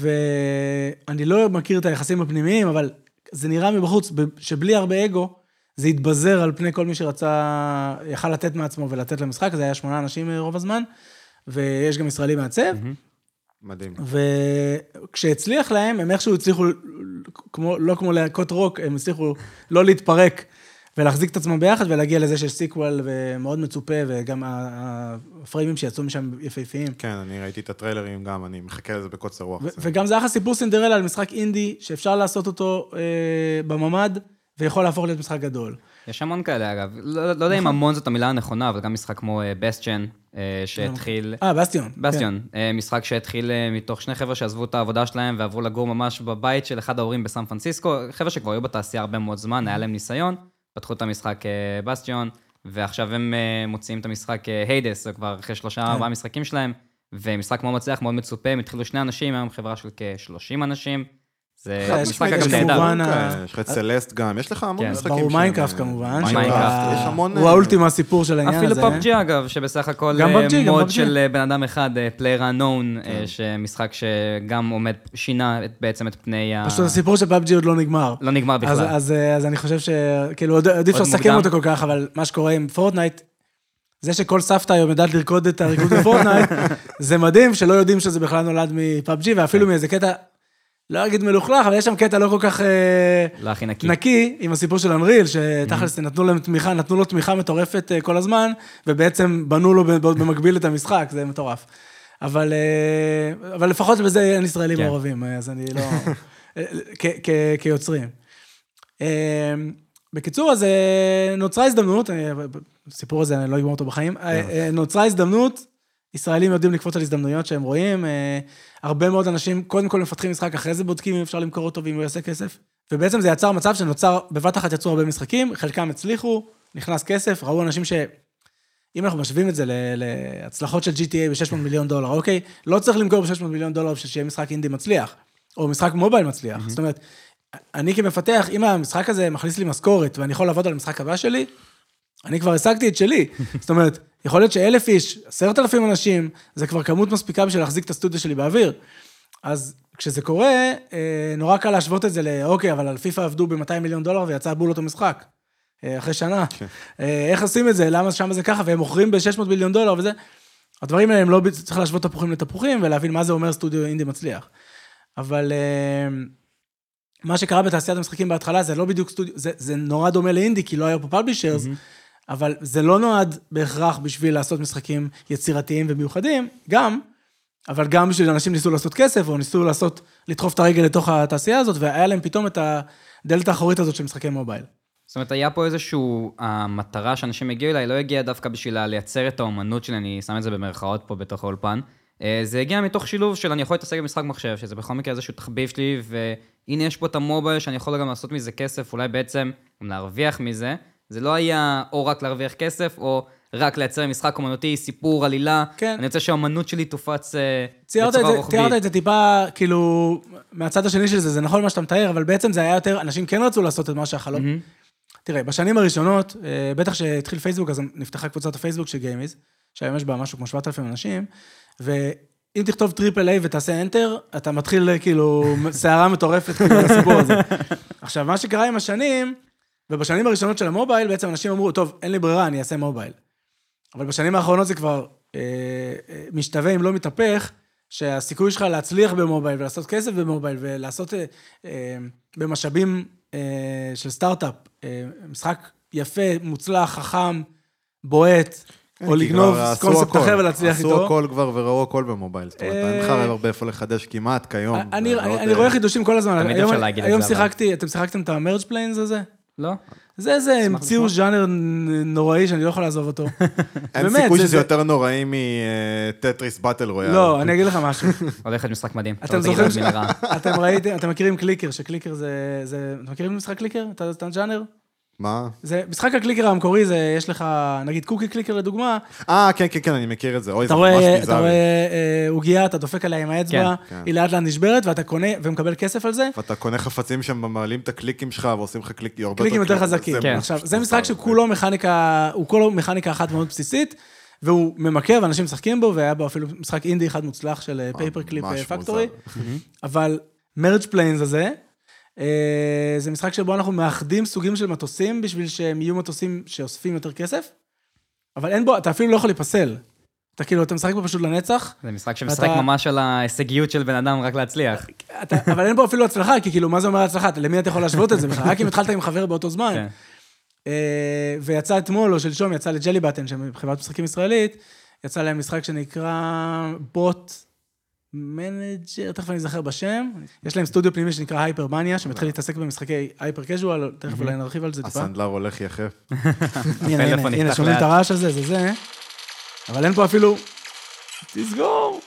ואני לא מכיר את היחסים הפנימיים, אבל זה נראה מבחוץ, שבלי הרבה אגו, זה התבזר על פני כל מי שרצה, יכל לתת מעצמו ולתת למשחק, זה היה 8 אנשים רוב הזמן, ויש גם ישראלי מעצב. מדהים. וכשהצליח להם, הם איכשהו הצליחו, לא כמו להקות רוק, הם הצליחו לא להתפרק, ולהחזיק את עצמם ביחד, ולהגיע לזה שיש סיקוול, ומאוד מצופה, וגם הפריימים שיצאו משם יפהפיים. כן, אני ראיתי את הטריילרים גם, אני מחכה לזה בקוצר רוח. וגם זה היה סיפור סינדרלה על משחק אינדי, שאפשר לעשות אותו בממד, ויכול להפוך להיות משחק גדול. יש המון כאלה, אגב. לא יודע אם המון זאת המילה הנכונה, אבל גם משחק כמו בסטיון, שהתחיל... בסטיון. בסטיון. משחק שהתחיל מתוך 2 חבר'ה שעזבו את העבודה שלהם, ועברו לגור ממש בבית של אחד ההורים בסן פרנסיסקו, חבר'ה שכבר היו בתעשייה הרבה מאוד זמן, היה להם ניסיון, פתחו את המשחק בסטיון, ועכשיו הם מוציאים את המשחק היידס, כבר אחרי 3-4 משחקים שלהם, ומשחק מאוד מצליח, מאוד מצופה, הם התחילו 2 אנשים, היום חברה של כ-30 אנשים, זה משחק אגב נהדר. יש לך את סלסט גם, יש לך המון משחקים. ברור מיינקראפט כמובן. יש המון... הוא האולטימה הסיפור של העניין הזה. אפילו פאבג'י אגב, שבסך הכל מוד של בן אדם אחד, Player Unknown, שמשחק שגם עומד, שינה בעצם את פני ה... פשוט הסיפור של פאבג'י עוד לא נגמר. לא נגמר בכלל. אז אני חושב שכאילו עדיף לסכם אותו כל כך, אבל מה שקורה עם פורטנייט, זה שכל סבתא היום יודעת לרקוד את הריקוד בפורטנייט, זה מדהים שלא יודעים שזה בכלל נולד מפאבג'י, ואפילו מאיזה קטע לא אגיד מלוכלך, אבל יש שם קטע לא כל כך נקי, עם הסיפור של אנריל, שתכלס נתנו להם תמיכה, נתנו לו תמיכה מטורפת כל הזמן, ובעצם בנו לו במקביל את המשחק, זה מטורף. אבל לפחות בזה אין ישראלים מעורבים, אז אני לא... כיוצרים. בקיצור, אז נוצרה הזדמנות, הסיפור הזה, אני לא אגמור אותו בחיים, נוצרה הזדמנות, ישראלים יודעים לקפוץ על הזדמנויות שהם רואים, הרבה מאוד אנשים, קודם כל מפתחים משחק, אחרי זה בודקים אם אפשר למכור אותו ואם הוא יעשה כסף, ובעצם זה יצר מצב שנוצר, בבת אחת יצרו הרבה משחקים, חלקם הצליחו, נכנס כסף, ראו אנשים אם אנחנו משווים את זה להצלחות של GTA ב$600 מיליון, אוקיי? לא צריך למכור ב$600 מיליון בשביל שיהיה משחק אינדי מצליח, או משחק מובייל מצליח. זאת אומרת, אני כמפתח, אם המשחק הזה מכניס לי משכורת, ואני יכול לעבוד על המשחק הבא שלי, אני כבר השגתי את שלי. זאת אומרת, יכול להיות ש1,000 איש, 10,000 אנשים, זה כבר כמות מספיקה בשביל להחזיק את הסטודיו שלי באוויר. אז כשזה קורה, נורא קל להשוות את זה אוקיי, אבל על פיפה עבדו ב$200 מיליון ויצא בול אותו משחק. אחרי שנה. איך עושים את זה? למה שם זה ככה? והם מוכרים ב$600 מיליון וזה. הדברים האלה הם לא צריך להשוות תפוחים לתפוחים, ולהבין מה זה אומר סטודיו אינדי מצליח. אבל מה שקרה בתעשיית המשחקים בהתחלה, זה לא בדיוק סטודיו, זה נורא דומה לאינדי, כי לא היה פה פאבלישרס, אבל זה לא נועד בהכרח בשביל לעשות משחקים יצירתיים ומיוחדים, גם, אבל גם בשביל אנשים ניסו לעשות כסף, או ניסו לדחוף את הרגל לתוך התעשייה הזאת, והיה להם פתאום את הדלת האחורית הזאת של משחקי מובייל. זאת אומרת, היה פה איזשהו, המטרה שאנשים הגיעו אליי, לא הגיעה דווקא בשביל לייצר את האומנות שלי, אני שם את זה במרכאות פה בתוך האולפן, זה הגיע מתוך שילוב של אני יכול להתעסק במשחק מחשב, שזה בכל מקרה איזשהו תחביב שלי, והנה יש פה את המובייל שאני יכול גם לעשות מזה כסף, אולי בעצם גם להרוויח מזה, זה לא היה או רק להרוויח כסף, או רק לייצר משחק אומנותי, סיפור, עלילה, כן. אני רוצה שהאומנות שלי תופץ בצורה רוחבית. תיארת את זה טיפה, כאילו, מהצד השני של זה, זה נכון מה שאתה מתאר, אבל בעצם זה היה יותר, אנשים כן רצו לעשות את מה שהחלום. תראה, בשנים הראשונות, בטח שהתחיל פייסבוק, אז נפתחה קבוצת הפייסבוק של גיימיז, שהיום יש בה משהו כמו 7,000 אנשים, ואם תכתוב טריפל איי ותעשה אנטר, אתה מתחיל כאילו, שערה מטורפת כאילו לסיפור הזה. עכשיו, מה שקרה עם השנים, ובשנים הראשונות של המובייל, בעצם אנשים אמרו, טוב, אין לי ברירה, אני אעשה מובייל. אבל בשנים האחרונות זה כבר משתווה, אם לא מתהפך, שהסיכוי שלך להצליח במובייל, ולעשות כסף במובייל, ולעשות במשאבים של סטארט-אפ, משחק יפה, מוצלח, חכם, בועט, או לגנוב קונספט אחר ולהצליח איתו. עשו הכל כבר וראו הכל במובייל. זאת אומרת, אין לך הרבה איפה לחדש כמעט כיום. אני רואה חידושים כל הזמן. תמיד אפשר להגיד את זה. היום אתם שיחקתם את המרג' פליינס הזה? לא. זה המציאו ז'אנר נוראי שאני לא יכול לעזוב אותו. אין סיכוי שזה יותר נוראי מטטריס באטל רויאל. לא, אני אגיד לך משהו. הולך להיות משחק מדהים. אתם זוכרים, אתם ראיתם, אתם מכירים קליקר, שקליקר זה, אתם מכירים משחק קליקר? אתה ז'אנר? מה? זה, משחק הקליקר המקורי זה, יש לך, נגיד קוקי קליקר לדוגמה. כן, אני מכיר את זה. אוי, זה ממש ביזארי. אתה רואה עוגיה, אתה דופק עליה עם האצבע, היא לאט לאט נשברת, ואתה קונה, ומקבל כסף על זה. ואתה קונה חפצים שם, מעלים את הקליקים שלך, ועושים לך קליקים יותר חזקים. עכשיו, זה משחק שכולו מכניקה, הוא כולו מכניקה אחת מאוד בסיסית, והוא ממכר, ואנשים משחקים בו, והיה בו אפילו משחק אינדי אחד מוצלח של פייפר קליפ פקטורי. אבל מרג' פליינס הזה, זה משחק שבו אנחנו מאחדים סוגים של מטוסים, בשביל שהם יהיו מטוסים שאוספים יותר כסף, אבל אין בו, אתה אפילו לא יכול להיפסל. אתה כאילו, אתה משחק בו פשוט לנצח. זה משחק שמשחק ממש על ההישגיות של בן אדם רק להצליח. אבל אין בו אפילו הצלחה, כי כאילו, מה זה אומר הצלחה? למי אתה יכול להשוות את זה בכלל? רק אם התחלת עם חבר באותו זמן. ויצא אתמול, או שלשום, יצא לג'לי בטן, שהם חברת משחקים ישראלית, יצא להם משחק שנקרא בוט מנג'ר, תכף אני זכר בשם. יש להם סטודיו פנימי שנקרא הייפרמניה, שמתחיל להתעסק במשחקי הייפר קז'ואל, תכף אולי נרחיב על זה טיפה. הסנדלר הולך יחף. הנה, שומעים את הרעש הזה, זה. אבל אין פה אפילו... תסגור.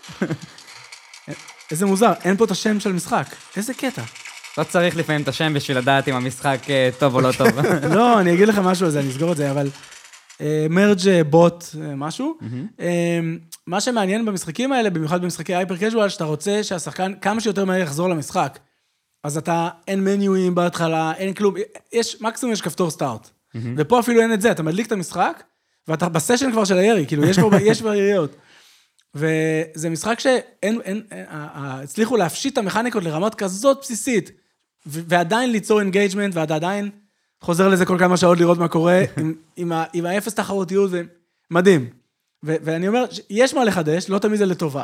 איזה מוזר, אין פה את השם של משחק. איזה קטע. לא צריך לפעמים את השם בשביל לדעת אם המשחק טוב או לא טוב. לא, אני אגיד לך משהו על זה, אני אסגור את זה, אבל... מרג' בוט משהו. מה שמעניין במשחקים האלה, במיוחד במשחקי הייפר קז'ואל, שאתה רוצה שהשחקן כמה שיותר מהר יחזור למשחק. אז אתה, אין מניויים בהתחלה, אין כלום, מקסימום יש כפתור סטארט. ופה אפילו אין את זה, אתה מדליק את המשחק, ואתה בסשן כבר של הירי, כאילו יש כבר יריות. וזה משחק הצליחו להפשיט את המכניקות לרמת כזאת בסיסית, ועדיין ליצור אינגייג'מנט, ואתה עדיין חוזר לזה כל כמה שעות לראות מה קורה, עם האפס תחרותיות, מדהים. ואני אומר, יש מה לחדש, לא תמיד זה לטובה.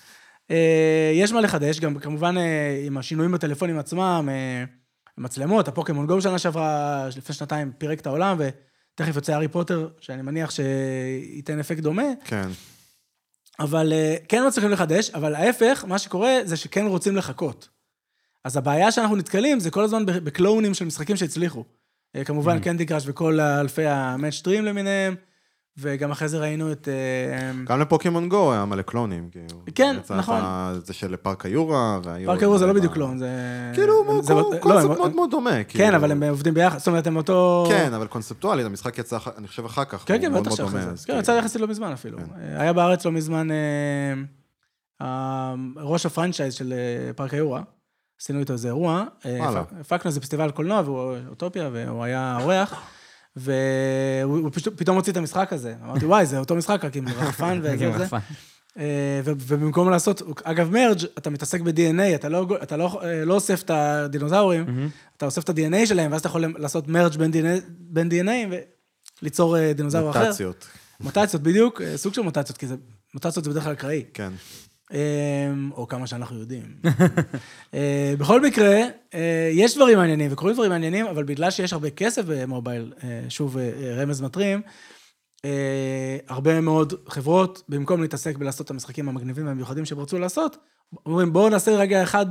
יש מה לחדש, גם כמובן עם השינויים בטלפונים עצמם, מצלמות, הפוקימון גו שנה שעברה, לפני שנתיים פירק את העולם, ותכף יוצא הארי פוטר, שאני מניח שייתן אפקט דומה. כן. אבל כן מצליחים לחדש, אבל ההפך, מה שקורה זה שכן רוצים לחכות. אז הבעיה שאנחנו נתקלים זה כל הזמן בקלונים של משחקים שהצליחו. כמובן קנדי קראש וכל אלפי המאץ'-טרים למיניהם, וגם אחרי זה ראינו את... גם לפוקימון גו היה מלא קלונים. כן, נכון. זה של פארק היורה. פארק היורה זה לא בדיוק קלון, זה... כאילו, קונספט מאוד מאוד דומה. כן, אבל הם עובדים ביחד, זאת אומרת, הם אותו... כן, אבל קונספטואלית, המשחק יצא, אני חושב, אחר כך. כן, כן, בטח שאחרי זה. כן, יצא יחסית לא מזמן אפילו. היה בארץ לא מזמן ראש הפרנצ'ייז של פארק היורה. עשינו איתו איזה אירוע, הפקנו איזה פסטיבל קולנוע, והוא אוטופיה, והוא היה אורח, והוא פתאום הוציא את המשחק הזה. אמרתי, וואי, זה אותו משחק, רק עם רחפן וזה. ובמקום לעשות, אגב מרג' אתה מתעסק ב-DNA, אתה לא אוסף את הדינוזאורים, אתה אוסף את ה-DNA שלהם, ואז אתה יכול לעשות מרג' בין DNA, וליצור דינוזאור אחר. מוטציות. מוטציות, בדיוק, סוג של מוטציות, כי מוטציות זה בדרך כלל אקראי. כן. או כמה שאנחנו יודעים. בכל מקרה, יש דברים מעניינים, וקוראים דברים מעניינים, אבל בגלל שיש הרבה כסף במובייל, שוב רמז מטרים, הרבה מאוד חברות, במקום להתעסק בלעשות את המשחקים המגניבים והמיוחדים שהם רצו לעשות, אומרים, בואו נעשה רגע אחד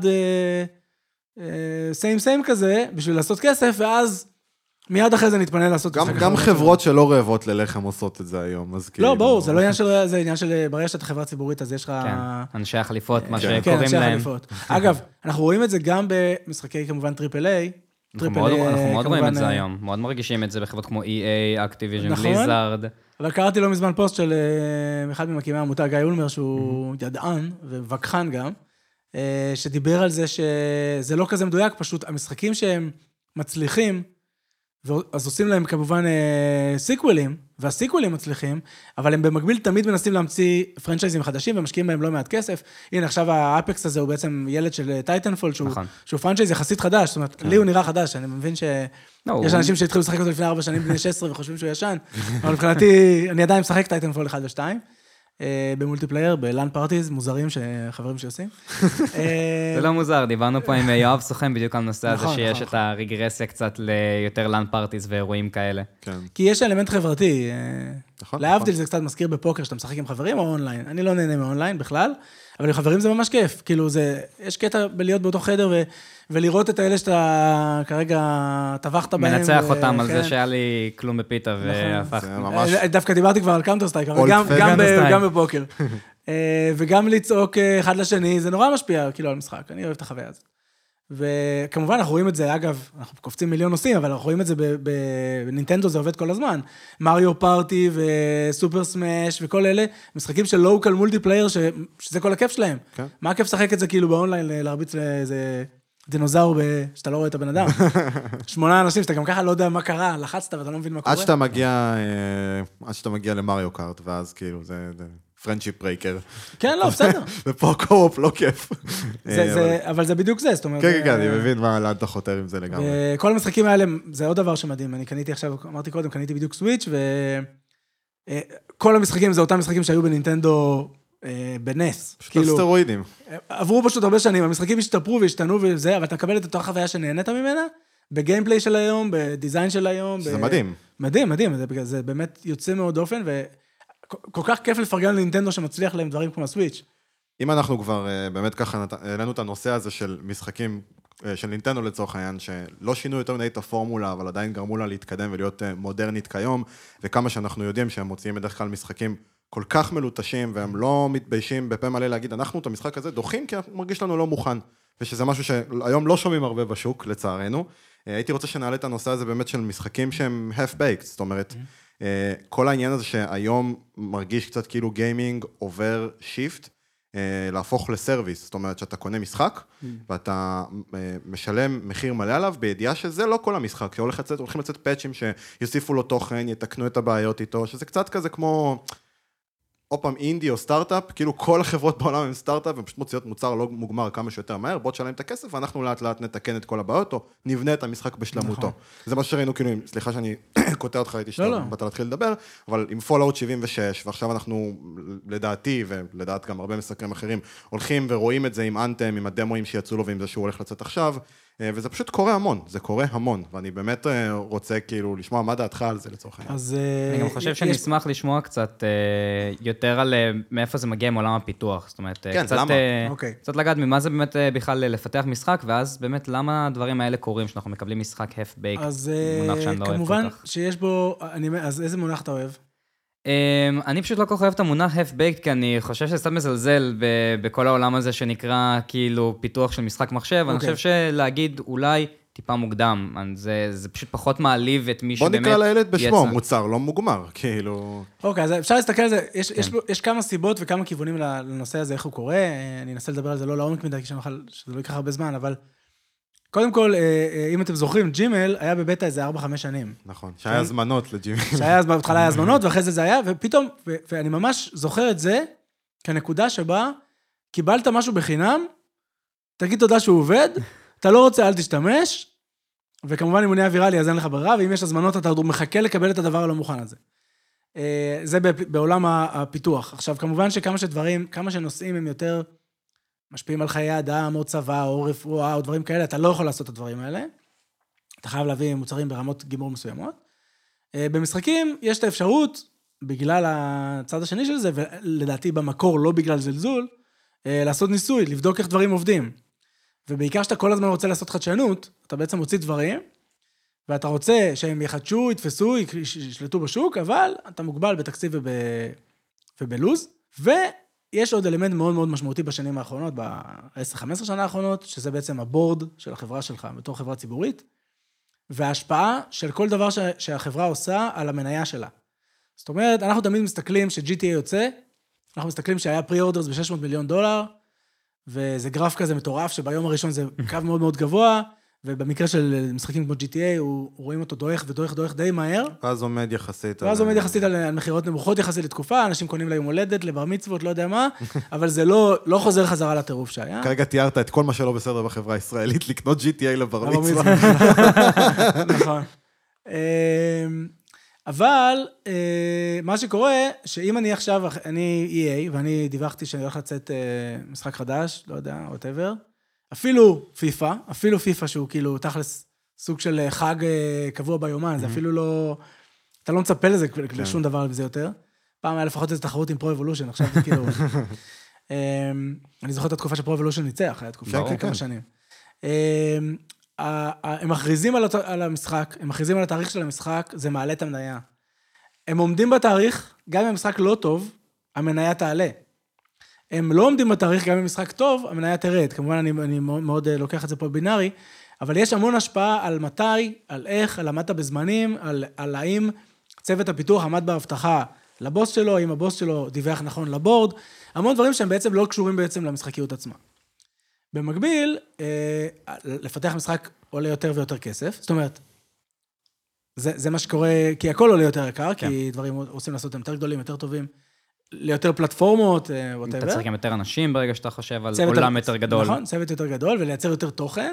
סיים כזה, בשביל לעשות כסף, ואז מיד אחרי זה נתפנה לעשות... גם חברות שלא רעבות ללחם עושות את זה היום, אז כאילו... לא, ברור, זה לא עניין של... זה עניין של... ברגע שאתה חברה ציבורית, אז יש לך... כן, אנשי החליפות, מה שקוראים להם. כן, אנשי החליפות. אגב, אנחנו רואים את זה גם במשחקי, כמובן, טריפל-איי. אנחנו מאוד רואים את זה היום, מאוד מרגישים את זה בחברות כמו EA, Activision, Blizzard. אבל קראתי לא מזמן פוסט של אחד ממקימי העמותה, גיא אולמר, שהוא ידען ווכחן גם, שדיבר על זה שזה לא כזה מדויק, פשוט המשחקים שהם מצליחים, אז עושים להם כמובן סיקוולים, והסיקוולים מצליחים, אבל הם במקביל תמיד מנסים להמציא פרנצ'ייזים חדשים, ומשקיעים בהם לא מעט כסף. הנה, עכשיו האפקס הזה הוא בעצם ילד של טייטנפול, שהוא פרנצ'ייז יחסית חדש, זאת אומרת, לי הוא נראה חדש, אני מבין שיש אנשים שהתחילו לשחק אותו לפני 4 שנים, בני 16, וחושבים שהוא ישן, אבל מבחינתי, אני עדיין משחק טייטנפול 1 ו-2, במולטיפלייר, בלאן פארטיז, מוזרים שחברים שעושים. זה לא מוזר, דיברנו פה עם יואב סוכן בדיוק על נושא הזה, שיש את הרגרסיה קצת ליותר לאן פארטיז ואירועים כאלה. כי יש אלמנט חברתי. להבדיל זה קצת מזכיר בפוקר, שאתה משחק עם חברים או אונליין. אני לא נהנה מאונליין בכלל, אבל עם חברים זה ממש כיף. כאילו, יש קטע בלהיות באותו חדר ולראות את האלה שאתה כרגע טבחת בהם. מנצח אותם על זה שהיה לי כלום בפיתה והפכתי. דווקא דיברתי כבר על קאונטר סטרייק, אבל גם בפוקר. וגם לצעוק אחד לשני, זה נורא משפיע כאילו על משחק. אני אוהב את החוויה הזאת. וכמובן אנחנו רואים את זה, אגב, אנחנו קופצים מיליון נושאים, אבל אנחנו רואים את זה בנינטנדו, זה עובד כל הזמן. מריו פארטי וסופר סמאש וכל אלה, משחקים של לוקל מולטיפלייר, שזה כל הכיף שלהם. מה הכיף לשחק את זה כאילו באונליין, להרביץ לאיזה דינוזאור שאתה לא רואה את הבן אדם. 8 אנשים, שאתה גם ככה לא יודע מה קרה, לחצת ואתה לא מבין מה קורה. עד שאתה מגיע למריו קארט, ואז כאילו זה... פרנצ'יפ ברייקר. כן, לא, בסדר. ופה קו-אופ לא כיף. אבל זה בדיוק זה, זאת אומרת... כן, כן, אני מבין לאן אתה חותר עם זה לגמרי. וכל המשחקים האלה, זה עוד דבר שמדהים. אני קניתי עכשיו, אמרתי קודם, קניתי בדיוק סוויץ', וכל המשחקים זה אותם משחקים שהיו בנינטנדו בנס. פשוט על סטרואידים. עברו פשוט הרבה שנים, המשחקים השתפרו והשתנו וזה, אבל אתה מקבל את אותה חוויה שנהנית ממנה, בגיימפליי של היום, בדיזיין של היום. שזה מדהים. מדהים, מדהים, זה באמת יוצא מאוד אופן, וכל כך כיף לפרגן לנינטנדו שמצליח להם דברים כמו הסוויץ'. אם אנחנו כבר באמת ככה העלינו את הנושא הזה של משחקים של נינטנדו לצורך העניין, שלא שינו יותר מדי את הפורמולה, אבל עדיין גרמו לה להתקדם ולהיות מודרנית כיום, וכמה שאנחנו יודעים שהם מוציאים בדרך כלל משחקים כל כך מלוטשים, והם לא מתביישים בפה מלא להגיד, אנחנו את המשחק הזה דוחים, כי הוא מרגיש לנו לא מוכן, ושזה משהו שהיום לא שומעים הרבה בשוק, לצערנו. הייתי רוצה שנעלה את הנושא הזה באמת של משחקים שהם half-baked, זאת אומרת, כל העניין הזה שהיום מרגיש קצת כאילו גיימינג עובר שיפט, להפוך לסרוויס, זאת אומרת שאתה קונה משחק, ואתה משלם מחיר מלא עליו, בידיעה שזה לא כל המשחק, שהולכים לצאת פאצ'ים שיוסיפו לו תוכן, יתקנו את הבעיות איתו, שזה קצת כזה כמו, או פעם אינדי או סטארט-אפ, כאילו כל החברות בעולם הם סטארט-אפ, הם פשוט מוציאות מוצר לא מוגמר כמה שיותר מהר, בוא תשלם את הכסף, ואנחנו לאט לאט נתקן את כל הבעיות, או נבנה את המשחק בשלמותו. זה מה שראינו, כאילו, סליחה שאני קוטע אותך, הייתי שאתה באת להתחיל לדבר, אבל עם Fallout 76, ועכשיו אנחנו, לדעתי, ולדעת גם הרבה מסקרים אחרים, הולכים ורואים את זה עם אנטם, עם הדמוים שיצאו לו, ועם זה שהוא הולך לצאת עכשיו, וזה פשוט קורה המון, זה קורה המון, ואני באמת רוצה כאילו לשמוע מה דעתך על זה לצורך העניין. אני גם חושב שאני אשמח לשמוע קצת יותר על מאיפה זה מגיע מעולם הפיתוח, זאת אומרת, קצת לגעת ממה זה באמת בכלל לפתח משחק, ואז באמת למה הדברים האלה קורים, שאנחנו מקבלים משחק half-baked, מונח שאני לא אוהב כל כך. כמובן שיש בו, אז איזה מונח אתה אוהב? אני פשוט לא כל כך אוהב את המונח half-baked, כי אני חושב שזה קצת מזלזל בכל העולם הזה שנקרא כאילו פיתוח של משחק מחשב, אני חושב שלהגיד אולי טיפה מוקדם, זה פשוט פחות מעליב את מי שבאמת בוא נקרא לילד בשמו, מוצר לא מוגמר, כאילו... אוקיי, אז אפשר להסתכל על זה, יש כמה סיבות וכמה כיוונים לנושא הזה, איך הוא קורה, אני אנסה לדבר על זה לא לעומק מדי, כי שזה לא ייקח הרבה זמן, אבל... קודם כל, אם אתם זוכרים, ג'ימל היה בבטא איזה 4-5 שנים. נכון, שהיה הזמנות לג'ימל. בהתחלה היה הזמנות, ואחרי זה היה, ופתאום, ואני ממש זוכר את זה, כנקודה שבה קיבלת משהו בחינם, תגיד תודה שהוא עובד, אתה לא רוצה, אל תשתמש, וכמובן אם הוא נהיה ויראלי, אז אין לך ברירה, ואם יש הזמנות, אתה מחכה לקבל את הדבר הלא מוכן הזה. זה בעולם הפיתוח. עכשיו, כמובן שכמה שדברים, כמה שנושאים הם יותר... משפיעים על חיי אדם, או צבא, או רפואה, או דברים כאלה, אתה לא יכול לעשות את הדברים האלה. אתה חייב להביא מוצרים ברמות גימור מסוימות. במשחקים יש את האפשרות, בגלל הצד השני של זה, ולדעתי במקור לא בגלל זלזול, לעשות ניסוי, לבדוק איך דברים עובדים. ובעיקר שאתה כל הזמן רוצה לעשות חדשנות, אתה בעצם מוציא דברים, ואתה רוצה שהם יחדשו, יתפסו, ישלטו בשוק, אבל אתה מוגבל בתקציב ובלוז, יש עוד אלמנט מאוד מאוד משמעותי בשנים האחרונות, ב-10-15 שנה האחרונות, שזה בעצם הבורד של החברה שלך, בתור חברה ציבורית, וההשפעה של כל דבר שהחברה עושה על המניה שלה. זאת אומרת, אנחנו תמיד מסתכלים ש-GTA יוצא, אנחנו מסתכלים שהיה פרי-אורדרס ב$600 מיליון, וזה גרף כזה מטורף, שביום הראשון זה קו מאוד מאוד גבוה, ובמקרה של משחקים כמו GTA, רואים אותו דורך ודורך די מהר. ואז עומד יחסית. ואז עומד יחסית על מחירות נמוכות יחסית לתקופה, אנשים קונים ליום הולדת, לבר מצוות, לא יודע מה, אבל זה לא חוזר חזרה לטירוף שהיה. כרגע תיארת את כל מה שלא בסדר בחברה הישראלית, לקנות GTA לבר מצוות. נכון. אבל מה שקורה, שאם אני עכשיו, אני EA, ואני דיווחתי שאני הולך לצאת משחק חדש, לא יודע, whatever, אפילו פיפה שהוא כאילו תכלס סוג של חג קבוע ביומן, זה אפילו לא, אתה לא מצפה לזה לשום דבר על זה יותר. פעם היה לפחות איזו תחרות עם פרו-אבולושן, עכשיו זה כאילו, אני זוכר את התקופה שפרו-אבולושן ניצח, היה תקופה כמה שנים. הם מכריזים על המשחק, הם מכריזים על התאריך של המשחק, זה מעלה את המניה. הם עומדים בתאריך, גם אם המשחק לא טוב, המניה תעלה. הם לא עומדים בתאריך, גם אם המשחק טוב, המניה תרד. כמובן, אני מאוד לוקח את זה פה בינארי, אבל יש המון השפעה על מתי, על איך, על עמדת בזמנים, על האם צוות הפיתוח עמד בהבטחה לבוס שלו, האם הבוס שלו דיווח נכון לבורד, המון דברים שהם בעצם לא קשורים בעצם למשחקיות עצמה. במקביל, לפתח משחק עולה יותר ויותר כסף, זאת אומרת, זה מה שקורה, כי הכל עולה יותר יקר, כי דברים עושים לעשות יותר גדולים, יותר טובים, ליותר פלטפורמות, אתה צריך גם יותר אנשים ברגע שאתה חושב על עולם יותר גדול. נכון, צוות יותר גדול, ולייצר יותר תוכן.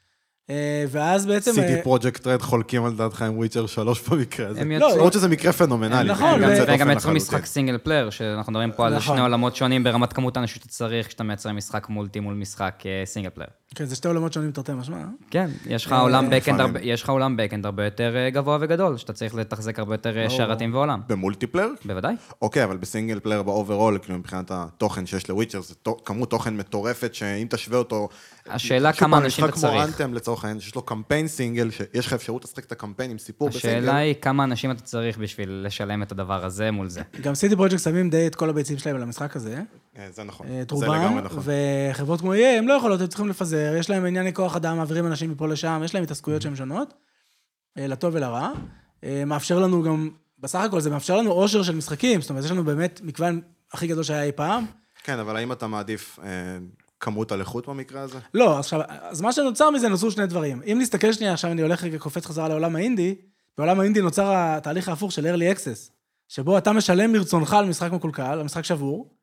ואז בעצם... CD Projekt Red חולקים על דעתך עם וויצ'ר 3 במקרה הזה. למרות שזה מקרה פנומנלי. נכון. וגם יצרו משחק סינגל פלייר, שאנחנו מדברים פה על שני עולמות שונים ברמת כמות האנשים שאתה צריך, כשאתה מייצר משחק מולטי מול משחק סינגל פלייר. כן, זה שתי עולמות שונים תרתי משמע. כן, יש לך עולם בקאנד הרבה יותר גבוה וגדול, שאתה צריך לתחזק הרבה יותר שרתים ועולם. במולטיפלייר? בוודאי. אוקיי, אבל בסינגל פלייר באוברול, כאילו מבחינת התוכן שיש לוויצ'ר, זה כמות תוכן מטורפת, שאם תשווה אותו... השאלה כמה אנשים אתה צריך. משחק כמו אנתם לצורך העניין, שיש לו קמפיין סינגל, שיש לך אפשרות לשחק את הקמפיין עם סיפור בסינגל. השאלה היא כמה אנשים אתה צריך בשביל לשלם את הדבר הזה מול זה. גם CD Projekt שמים די את כל הביצים שלהם על המשחק הזה. זה נכון. זה לגמרי נכון. וחברות כמו EA, הם לא יכולות, הם צריכים לפזר, יש להם ענייני כוח אדם, מעבירים אנשים מפה לשם, יש להם התעסקויות שהן שונות, לטוב ולרע. מאפשר לנו גם, בסך הכל זה מאפשר לנו עושר של משחקים, זאת אומרת, יש לנו באמת מגוון הכי גדול שהיה אי פעם. כן, אבל האם אתה מעדיף כמות על איכות במקרה הזה? לא, עכשיו, אז מה שנוצר מזה נוצרו שני דברים. אם נסתכל שנייה, עכשיו אני הולך רגע קופץ חזרה לעולם האינדי, בעולם האינדי נוצר התהליך ההפוך של early access, שבו אתה משלם מרצונך על משחק מקולקל, על משחק שבור,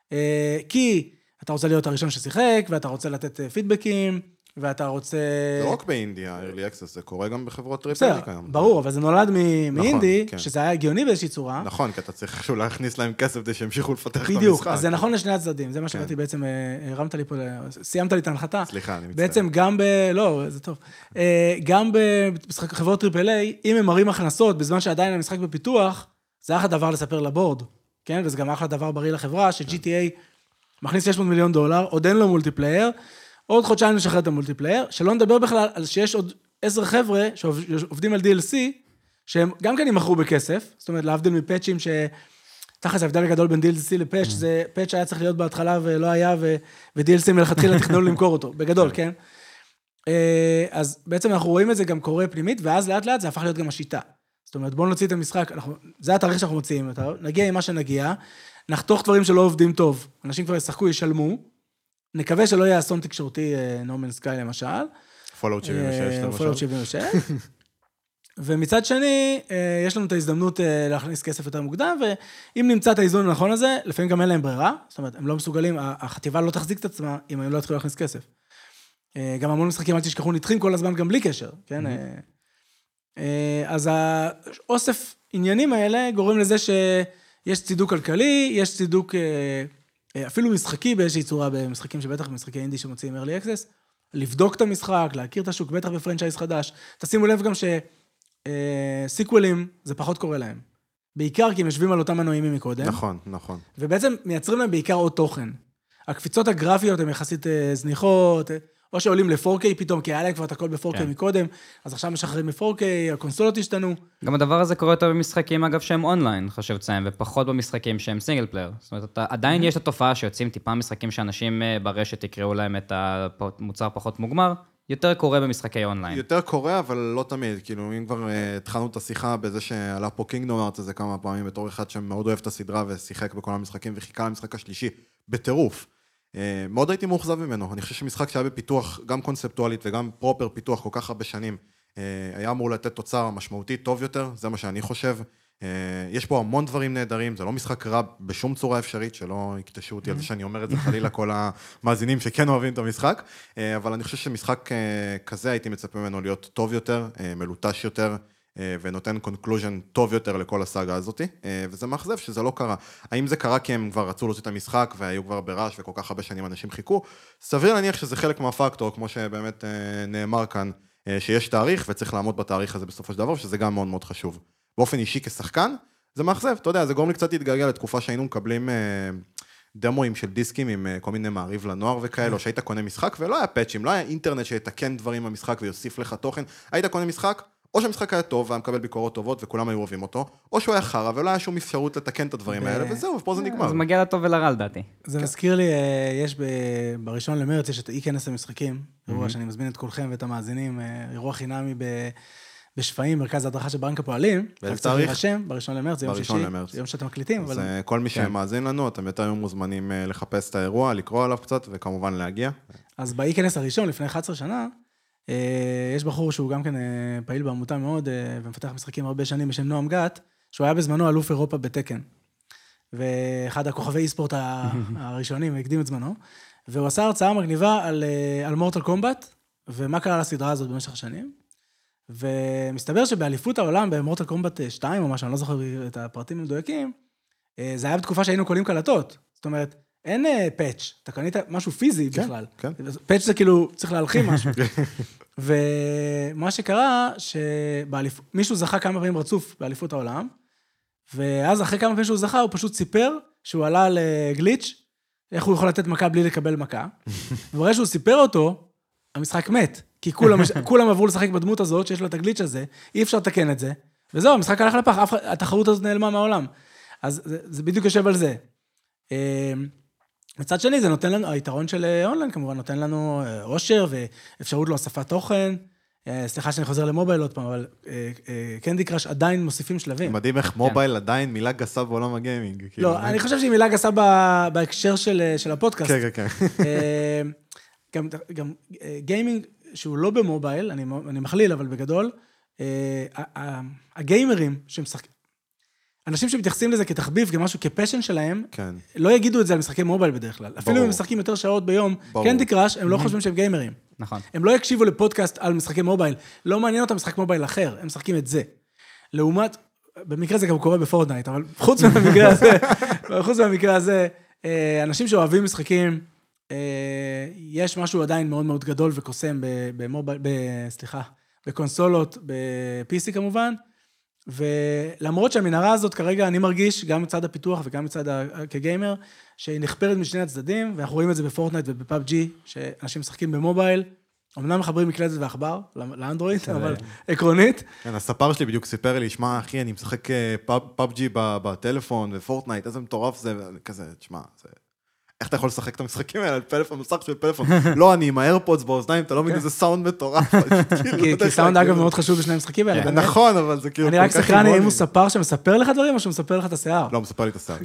כי אתה רוצה להיות הראשון ששיחק, ואתה רוצה לתת פידבקים, ואתה רוצה... זה רק באינדיה, early access, זה קורה גם בחברות טריפל כיום. ברור, אבל זה נולד מאינדי, שזה היה הגיוני באיזושהי צורה. נכון, כי אתה צריך איכשהו להכניס להם כסף כדי שימשיכו לפתח את המשחק. בדיוק, אז זה נכון לשני הצדדים, זה מה שבאתי בעצם, הרמת לי פה, סיימת לי את ההנחתה. סליחה, אני מצטער. בעצם גם לא, זה טוב. גם בחברות טריפל איי, אם הם מראים הכנסות בזמן שעדיין המשחק בפיתוח, זה אחלה דבר לספר לבורד, כן? וזה גם אחלה דבר בריא לחברה, ש-GTA מכניס $600 מיליון, עוד אין לו מולטיפלייר, עוד חודשיים נשחרר את המולטיפלייר, שלא נדבר בכלל על שיש עוד 10 חבר'ה שעובדים על DLC, שהם גם כן ימכרו בכסף, זאת אומרת, להבדיל מפאצ'ים תחת ההבדל הגדול בין DLC לפאץ', זה פאץ' היה צריך להיות בהתחלה ולא היה, ו-DLC מלכתחילה תכננו למכור אותו, בגדול, כן? אז בעצם אנחנו רואים את זה גם קורה פנימית, ואז לאט לאט זה הפך להיות גם השיטה. זאת אומרת, בואו נוציא את המשחק, זה התאריך שאנחנו מוציאים, נגיע עם מה שנגיע, נחתוך דברים שלא עובדים טוב, אנשים כבר ישחקו, ישלמו, נקווה שלא יהיה אסון תקשורתי No Man's Sky למשל. Fallout 76 למשל. Fallout 76. ומצד שני, יש לנו את ההזדמנות להכניס כסף יותר מוקדם, ואם נמצא את האיזון הנכון הזה, לפעמים גם אין להם ברירה, זאת אומרת, הם לא מסוגלים, החטיבה לא תחזיק את עצמה, אם הם לא יתחילו להכניס כסף. גם המון משחקים, אל תשכחו, נדחים כל הזמן גם בלי קשר, כן? אז האוסף עניינים האלה גורם לזה שיש צידוק כלכלי, יש צידוק אפילו משחקי באיזושהי צורה, במשחקים שבטח במשחקי אינדי שמוצאים early access, לבדוק את המשחק, להכיר את השוק, בטח בפרנצ'ייז חדש. תשימו לב גם שסיקוולים, זה פחות קורה להם. בעיקר כי הם יושבים על אותם מנועים מקודם. נכון, נכון. ובעצם מייצרים להם בעיקר עוד תוכן. הקפיצות הגרפיות הן יחסית זניחות, או שעולים ל-4K פתאום, כי היה להם כבר את הכל ב-4K מקודם, אז עכשיו משחררים מ-4K, הקונסולות השתנו. גם הדבר הזה קורה יותר במשחקים, אגב, שהם אונליין, חשוב לציין, ופחות במשחקים שהם סינגל פלייר. זאת אומרת, עדיין יש את התופעה שיוצאים טיפה משחקים שאנשים ברשת יקראו להם את המוצר פחות מוגמר, יותר קורה במשחקי אונליין. יותר קורה, אבל לא תמיד. כאילו, אם כבר התחלנו את השיחה בזה שעלה פה קינגדום ארץ הזה כמה פעמים, בתור אחד שמאוד אוהב את הסדרה ושיחק בכל המשחקים וחיכה למשחק השלישי, בטירוף. מאוד הייתי מאוכזב ממנו. אני חושב שמשחק שהיה בפיתוח, גם קונספטואלית וגם פרופר פיתוח כל כך הרבה שנים, היה אמור לתת תוצר משמעותי טוב יותר, זה מה שאני חושב. יש פה המון דברים נהדרים, זה לא משחק רע בשום צורה אפשרית, שלא יקטשו אותי על זה שאני אומר את זה חלילה כל המאזינים שכן אוהבים את המשחק, אבל אני חושב שמשחק כזה הייתי מצפה ממנו להיות טוב יותר, מלוטש יותר, ונותן קונקלוז'ן טוב יותר לכל הסאגה הזאת, וזה מאכזב שזה לא קרה. האם זה קרה כי הם כבר רצו להוציא את המשחק, והיו כבר ברעש וכל כך הרבה שנים אנשים חיכו? סביר להניח שזה חלק מהפקטור, כמו שבאמת נאמר כאן, שיש תאריך וצריך לעמוד בתאריך הזה בסופו של דבר, שזה גם מאוד מאוד חשוב. באופן אישי כשחקן, זה מאכזב, אתה יודע, זה גורם לי קצת להתגלגל לתקופה שהיינו מקבלים דמוים של דיסקים עם כל מיני מעריב לנוער וכאלה, או שהיית קונה משחק ולא היה פאצ'ים, לא היה אינטרנט שיתקן דברים במשחק ויוסיף לך תוכן, היית קונה משחק, או שהמשחק היה טוב והיה מקבל ביקורות טובות וכולם היו אוהבים אותו, או שהוא היה חרא ולא היה שום אפשרות לתקן את הדברים האלה, וזהו, ופה זה נגמר. זה מגיע לטוב ולרע לדעתי. זה מזכיר לי, יש בראשון למרץ, יש את אי-כנס המשחקים, אירוע שאני מזמין את כולכם ואת המאזינים, אירוע חינמי בשפעים, מרכז ההדרכה של בנק הפועלים. באיזה תאריך? בראשון למרץ, יום שישי, יום שאתם מקליטים. אז כל מי שמאזין לנו, אתם יותר היו מוזמנים לחפש את האירוע, לקרוא עליו קצת, וכמובן להגיע. אז באי-כנס הראשון, לפני 11 שנה, יש בחור שהוא גם כן פעיל בעמותה מאוד, ומפתח משחקים הרבה שנים בשם נועם גת, שהוא היה בזמנו אלוף אירופה בטקן. ואחד הכוכבי אי-ספורט הראשונים, הקדים את זמנו, והוא עשה הרצאה מגניבה על מורטל קומבט, ומה קרה לסדרה הזאת במשך השנים. ומסתבר שבאליפות העולם, במורטל קומבט 2 או משהו, אני לא זוכר את הפרטים המדויקים, זה היה בתקופה שהיינו קולים קלטות. זאת אומרת, אין פאץ', אתה קנית משהו פיזי בכלל. כן. פאץ' זה כאילו, צריך להלחים משהו. ומה שקרה, שמישהו זכה כמה פעמים רצוף באליפות העולם, ואז אחרי כמה פעמים שהוא זכה, הוא פשוט סיפר שהוא עלה לגליץ', איך הוא יכול לתת מכה בלי לקבל מכה, וברגע שהוא סיפר אותו, המשחק מת, כי כולם עברו לשחק בדמות הזאת, שיש לו את הגליץ' הזה, אי אפשר לתקן את זה, וזהו, המשחק הלך לפח, התחרות הזאת נעלמה מהעולם. אז זה בדיוק יושב על זה. מצד שני, זה נותן לנו, היתרון של אונליין כמובן, נותן לנו עושר ואפשרות להוספת תוכן. סליחה שאני חוזר למובייל עוד פעם, אבל קנדי קראש עדיין מוסיפים שלבים. מדהים איך מובייל עדיין מילה גסה בעולם הגיימינג. לא, אני חושב שהיא מילה גסה בהקשר של הפודקאסט. כן, כן. גם גיימינג שהוא לא במובייל, אני מכליל, אבל בגדול, הגיימרים שמשחקים, אנשים שמתייחסים לזה כתחביב, כמשהו, כפשן שלהם, לא יגידו את זה על משחקי מובייל בדרך כלל. אפילו אם משחקים יותר שעות ביום, קנדי קראש, הם לא חושבים שהם גיימרים. נכון. הם לא יקשיבו לפודקאסט על משחקי מובייל. לא מעניין אותם משחק מובייל אחר, הם משחקים את זה. לעומת, במקרה זה גם קורה בפורטנייט, אבל חוץ מהמקרה הזה, אנשים שאוהבים משחקים, יש משהו עדיין מאוד מאוד גדול וקוסם בקונסולות, ב-PC כמובן, ולמרות שהמנהרה הזאת כרגע אני מרגיש, גם מצד הפיתוח וגם מצד כגיימר, שהיא נחפרת משני הצדדים, ואנחנו רואים את זה בפורטנייט ובפאבג'י, שאנשים משחקים במובייל, אמנם מחברים מקלדת ועכבר, לאנדרואיד, אבל עקרונית. כן, הספר שלי בדיוק סיפר לי, שמע, אחי, אני משחק פאבג'י בטלפון ופורטנייט, איזה מטורף זה, כזה, תשמע, זה... איך אתה יכול לשחק את המשחקים האלה על פלאפון, מסך של פלאפון? לא, אני עם האיירפודס באוזניים, אתה לא מבין איזה סאונד מטורף. כי סאונד אגב מאוד חשוב בשני המשחקים האלה. נכון, אבל זה כאילו... אני רק סקרני, אם הוא ספר שמספר לך דברים, או שהוא מספר לך את השיער? לא, הוא מספר לי את השיער.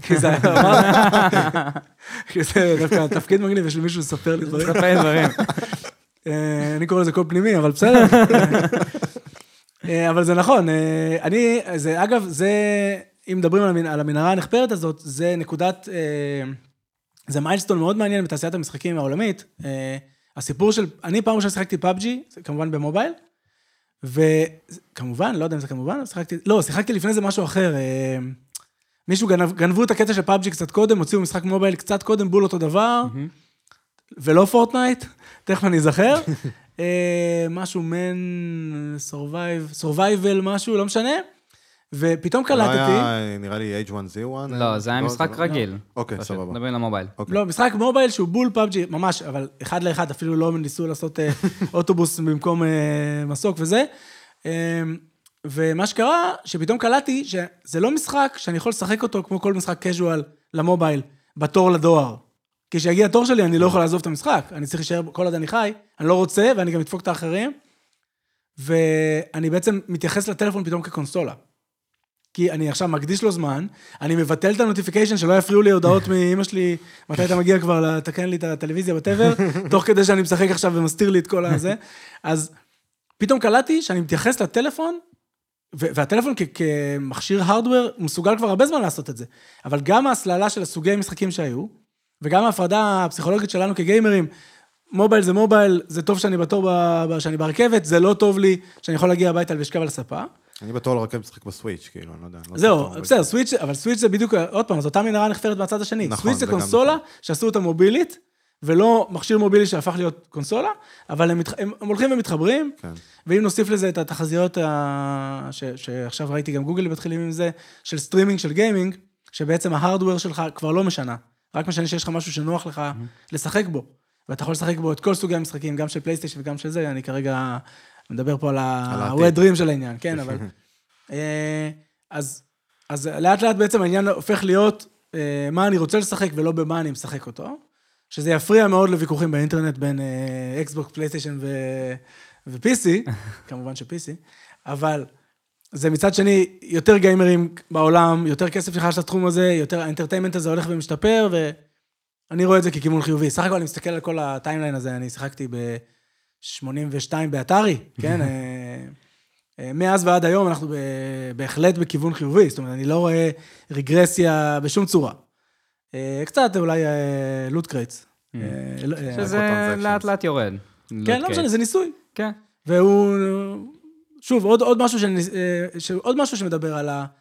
כי זה דווקא תפקיד מגניב, יש לי מישהו לספר לי דברים. ספר לי דברים. אני קורא לזה קוד פנימי, אבל בסדר. אבל זה נכון. אגב, זה, אם מדברים על המנהרה הנחפרת הזאת, זה נקודת... זה מיילסטון מאוד מעניין בתעשיית המשחקים העולמית. הסיפור של, אני פעם ראשונה שיחקתי פאבג'י, כמובן במובייל, וכמובן, לא יודע אם זה כמובן, שיחקתי לפני זה משהו אחר. מישהו גנבו את הקטע של פאבג'י קצת קודם, הוציאו משחק מובייל קצת קודם, בול אותו דבר, ולא פורטנייט, תכף אני אזכר. משהו survival, משהו, לא משנה. ופתאום קלטתי... לא היה, נראה לי H1Z1? לא, זה היה משחק רגיל. אוקיי, סבבה. מדברים למובייל. לא, משחק מובייל שהוא בול פאבג'י, ממש, אבל אחד לאחד, אפילו לא ניסו לעשות אוטובוס במקום מסוק וזה. ומה שקרה, שפתאום קלטתי שזה לא משחק שאני יכול לשחק אותו כמו כל משחק קז'ואל למובייל, בתור לדואר. כי כשיגיע התור שלי, אני לא יכול לעזוב את המשחק. אני צריך להישאר כל עד אני חי, אני לא רוצה, ואני גם אדפוק את האחרים. ואני בעצם מתייחס לטלפון פתאום כקונסולה. כי אני עכשיו מקדיש לו זמן, אני מבטל את הנוטיפיקיישן שלא יפריעו לי הודעות מאמא שלי, מתי אתה מגיע כבר לתקן לי את הטלוויזיה בטבר, תוך כדי שאני משחק עכשיו ומסתיר לי את כל הזה. אז פתאום קלטתי שאני מתייחס לטלפון, והטלפון כמכשיר הרדוור, הוא מסוגל כבר הרבה זמן לעשות את זה. אבל גם ההסללה של הסוגי משחקים שהיו, וגם ההפרדה הפסיכולוגית שלנו כגיימרים, מובייל זה מובייל, זה טוב שאני בתור שאני ברכבת, זה לא טוב לי שאני יכול להגיע הביתה ולשכב על הספה. אני בתור לרכב משחק בסוויץ', כאילו, אני לא יודע. זהו, בסדר, סוויץ', אבל סוויץ' זה בדיוק, עוד פעם, זו אותה מנהרה נחפרת מהצד השני. סוויץ' זה קונסולה שעשו אותה מובילית, ולא מכשיר מובילי שהפך להיות קונסולה, אבל הם הולכים ומתחברים, ואם נוסיף לזה את התחזיות שעכשיו ראיתי גם גוגל מתחילים עם זה, של סטרימינג, של גיימינג, שבעצם ההרדוור שלך כבר לא משנה, רק משנה שיש לך משהו שנוח לך לשחק בו, ואתה יכול לשחק בו את כל סוגי המשחקים, גם של פלייסטיישן וגם של זה, אני כרגע מדבר פה על ה-wet dream של העניין, כן, אבל... אז לאט לאט בעצם העניין הופך להיות מה אני רוצה לשחק ולא במה אני משחק אותו, שזה יפריע מאוד לוויכוחים באינטרנט בין אקסבוקס, פלייסטיישן ו-PC, כמובן ש-PC, אבל זה מצד שני יותר גיימרים בעולם, יותר כסף נכנס לתחום הזה, יותר האנטרטיימנט הזה הולך ומשתפר, ואני רואה את זה ככיוון חיובי. סך הכל אני מסתכל על כל הטיימליין הזה, אני שיחקתי ב-82 באתרי, כן? מאז ועד היום אנחנו בהחלט בכיוון חיובי, זאת אומרת, אני לא רואה רגרסיה בשום צורה. קצת אולי לוט קרייטס. שזה לאט לאט יורד. כן, לא משנה, זה ניסוי. כן. והוא, שוב, עוד משהו שמדבר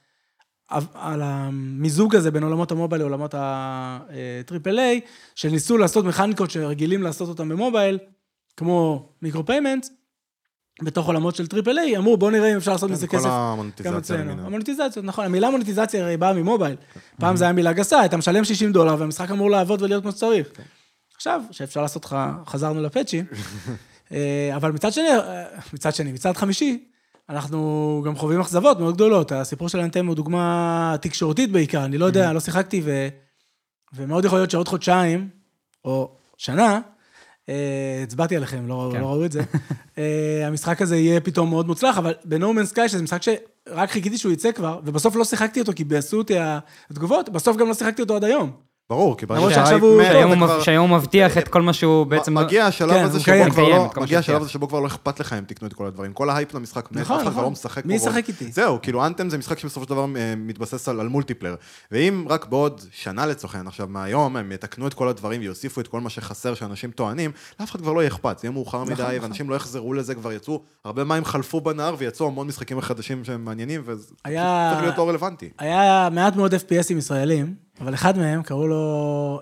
על המיזוג הזה בין עולמות המובייל לעולמות ה-AAA, שניסו לעשות מכניקות שרגילים לעשות אותם במובייל, כמו מיקרו-פיימנט, בתוך עולמות של AAA, אמרו, בואו נראה אם אפשר לעשות מזה כסף. כל המוניטיזציה. המוניטיזציות, נכון. המילה מוניטיזציה הרי באה ממובייל. פעם זה היה מילה גסה, אתה משלם $60, והמשחק אמור לעבוד ולהיות כמו שצריך. עכשיו, שאפשר לעשות לך, חזרנו לפאצ'י, אבל מצד חמישי, אנחנו גם חווים אכזבות מאוד גדולות. הסיפור של אנטם הוא דוגמה תקשורתית בעיקר, אני לא יודע, לא שיחקתי, ומאוד יכול להיות שעוד חודשיים, או שנה, הצבעתי עליכם, לא ראו את זה. המשחק הזה יהיה פתאום מאוד מוצלח, אבל ב-No Man's Sky, שזה משחק שרק חיכיתי שהוא יצא כבר, ובסוף לא שיחקתי אותו, כי בעשו אותי התגובות, בסוף גם לא שיחקתי אותו עד היום. ברור, כי שהיום הוא מבטיח את כל מה שהוא בעצם... מגיע השלב הזה שבו כבר לא אכפת לך אם תקנו את כל הדברים. כל ההייפ למשחק, אף אחד לא משחק. מי ישחק איתי? זהו, כאילו אנתם זה משחק שבסופו של דבר מתבסס על מולטיפלייר. ואם רק בעוד שנה לצורכן, עכשיו מהיום, הם יתקנו את כל הדברים ויוסיפו את כל מה שחסר שאנשים טוענים, לאף אחד כבר לא יאכפת, זה יהיה מאוחר מדי, ואנשים לא יחזרו לזה, כבר יצאו, הרבה מים חלפו בנהר ויצאו המון משחקים חדשים שהם מעניינים, וזה צריך להיות לא רלוונטי. היה מעט מאוד FPSים ישראלים, אבל אחד מהם קראו לו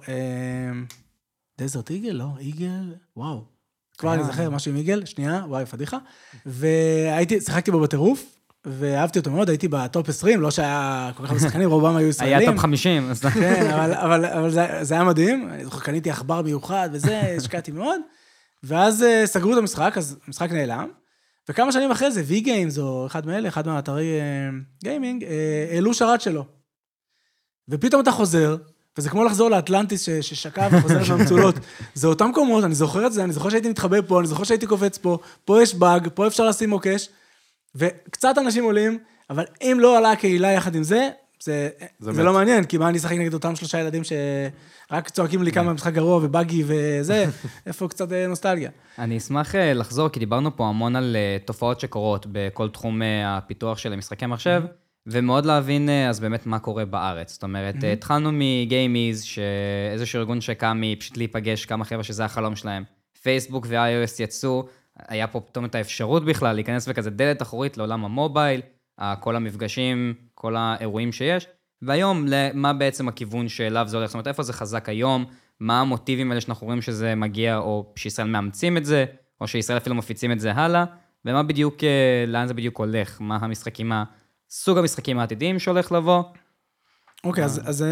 דזרט איגל, לא? איגל? וואו. כבר אני זוכר משהו עם איגל, שנייה, וואי, פדיחה. שיחקתי בו בטירוף, ואהבתי אותו מאוד, הייתי בטופ 20, לא שהיה כל כך משחקנים, רובם היו ישראלים. היה טופ 50. כן, אבל זה היה מדהים, קניתי עכבר מיוחד וזה, השקעתי מאוד, ואז סגרו את המשחק, אז המשחק נעלם, וכמה שנים אחרי זה, V-Games, או אחד מאלה, אחד מהאתרי גיימינג, העלו שרת שלו. ופתאום אתה חוזר, וזה כמו לחזור לאטלנטיס ששקע וחוזרת מהמצולות. זה אותם קומות, אני זוכר את זה, אני זוכר שהייתי מתחבא פה, אני זוכר שהייתי קופץ פה, פה יש באג, פה אפשר לשים מוקש, וקצת אנשים עולים, אבל אם לא עלה הקהילה יחד עם זה, זה לא מעניין, כי מה אני אשחק נגד אותם 3 ילדים שרק צועקים לי כמה משחק גרוע ובאגי וזה, איפה קצת נוסטלגיה. אני אשמח לחזור, כי דיברנו פה המון על תופעות שקורות בכל תחום הפיתוח של משחקי מחשב, ומאוד להבין אז באמת מה קורה בארץ. זאת אומרת, התחלנו מגיימיז, שאיזשהו ארגון שקם פשוט להיפגש כמה חבר'ה שזה החלום שלהם. פייסבוק ו-iOS יצאו, היה פה פתאום את האפשרות בכלל להיכנס וכזה דלת אחורית לעולם המובייל, כל המפגשים, כל האירועים שיש, והיום מה בעצם הכיוון שאליו זה הולך, זאת אומרת, איפה זה חזק היום, מה המוטיבים האלה שאנחנו רואים שזה מגיע, או שישראל מאמצים את זה, או שישראל אפילו מפיצים את זה הלאה, ומה בדיוק, לאן זה בדיוק הולך, מה המשחקים, סוג המשחקים העתידיים שהולך לבוא. אוקיי, אז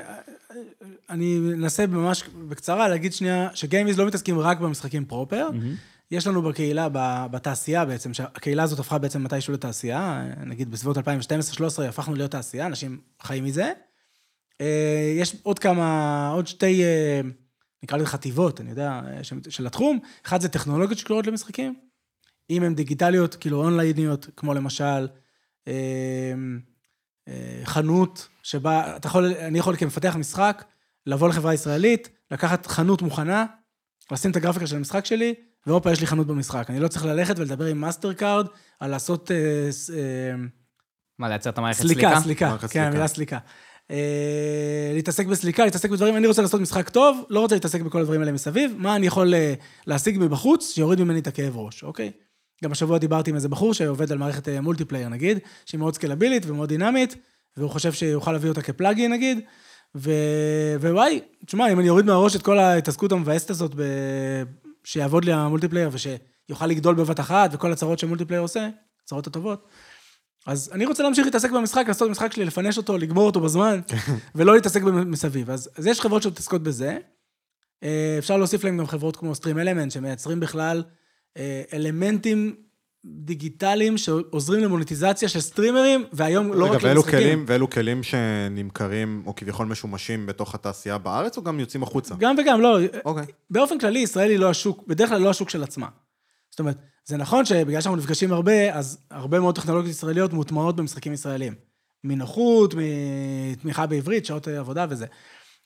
אני אנסה ממש בקצרה להגיד שנייה, שגיימיז לא מתעסקים רק במשחקים פרופר, יש לנו בקהילה, בתעשייה בעצם, שהקהילה הזאת הפכה בעצם מתישהו לתעשייה, נגיד בסביבות 2012-2013 הפכנו להיות תעשייה, אנשים חיים מזה. יש עוד שתי, נקרא לזה חטיבות, אני יודע, של התחום. אחד זה טכנולוגיות שקשורות למשחקים, אם הן דיגיטליות, כאילו אונלייניות, כמו למשל, חנות שבה, אני יכול כמפתח משחק, לבוא לחברה ישראלית, לקחת חנות מוכנה, לשים את הגרפיקה של המשחק שלי, ואופה, יש לי חנות במשחק. אני לא צריך ללכת ולדבר עם מאסטרקארד, על לעשות... מה, לייצר את המערכת סליקה? סליקה, כן, המילה סליקה. להתעסק בסליקה, להתעסק בדברים, אני רוצה לעשות משחק טוב, לא רוצה להתעסק בכל הדברים האלה מסביב, מה אני יכול להשיג מבחוץ, שיוריד ממני את הכאב ראש, אוקיי? גם השבוע דיברתי עם איזה בחור שעובד על מערכת מולטיפלייר, נגיד, שהיא מאוד סקלבילית ומאוד דינמית, והוא חושב שיוכל להביא אותה כפלאגין, נגיד, ווואי, תשמע, אם אני אוריד מהראש את כל ההתעסקות המבאסת הזאת, שיעבוד לי המולטיפלייר, ושיוכל לגדול בבת אחת, וכל הצרות שמולטיפלייר עושה, הצרות הטובות, אז אני רוצה להמשיך להתעסק במשחק, לעשות משחק שלי, לפנש אותו, לגמור אותו בזמן, ולא להתעסק מסביב. אז יש חברות שמתעסקות בזה, אפשר להוסיף להם גם חברות כמו Stream Element, שמייצרים בכלל אלמנטים דיגיטליים שעוזרים למוניטיזציה של סטרימרים, והיום לא רק למשחקים. ואלו כלים שנמכרים או כביכול משומשים בתוך התעשייה בארץ, או גם יוצאים החוצה? גם וגם, לא. באופן כללי, ישראל היא לא השוק, בדרך כלל לא השוק של עצמה. זאת אומרת, זה נכון שבגלל שאנחנו נפגשים הרבה, אז הרבה מאוד טכנולוגיות ישראליות מוטמעות במשחקים ישראלים. מנוחות, מתמיכה בעברית, שעות עבודה וזה.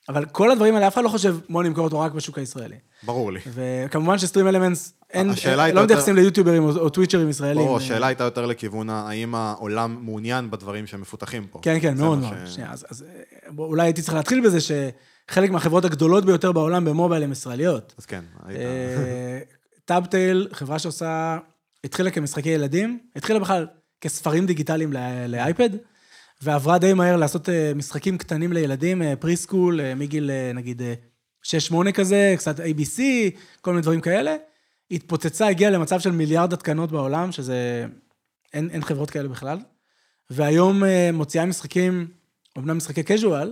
אבל כל הדברים האלה, אף אחד לא חושב, בוא נמכור אותו רק בשוק הישראלי. ברור לי. וכמובן שסטרים אלמנטס, לא מתייחסים ליוטיוברים או טוויצ'רים ישראלים. ברור, השאלה הייתה יותר לכיוון, האם העולם מעוניין בדברים שמפותחים פה. כן, כן, מאוד מאוד. אז אולי הייתי צריך להתחיל בזה שחלק מהחברות הגדולות ביותר בעולם במובייל הן ישראליות. אז כן, טאבטייל, חברה שעושה, התחילה כמשחקי ילדים, התחילה בכלל כספרים דיגיטליים לאייפד, ועברה די מהר לעשות משחקים קטנים לילדים, פריסקול, מגיל נגיד 6-8 כזה, קצת ABC, כל מיני דברים כאלה. התפוצצה, הגיעה למצב של מיליארד התקנות בעולם, שזה, אין חברות כאלה בכלל. והיום מוציאה משחקים, אומנם משחקי קז'ואל,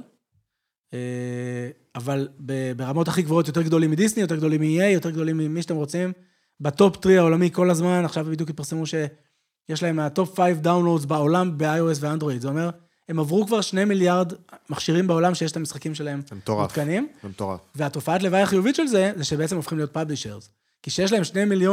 אבל ברמות הכי גבוהות יותר גדולים מדיסני, יותר גדולים מ-EA, יותר גדולים ממי שאתם רוצים. בטופ 3 העולמי כל הזמן, עכשיו בדיוק התפרסמו שיש להם מהטופ 5 דאונלודס בעולם ב-iOS ואנדרואיד. זה אומר, הם עברו כבר 2 מיליארד מכשירים בעולם שיש את המשחקים שלהם מותקנים. זה מטורף. והתופעת לוואי החיובית של זה שבעצם הופכים להיות פאבלישרס. כי שיש להם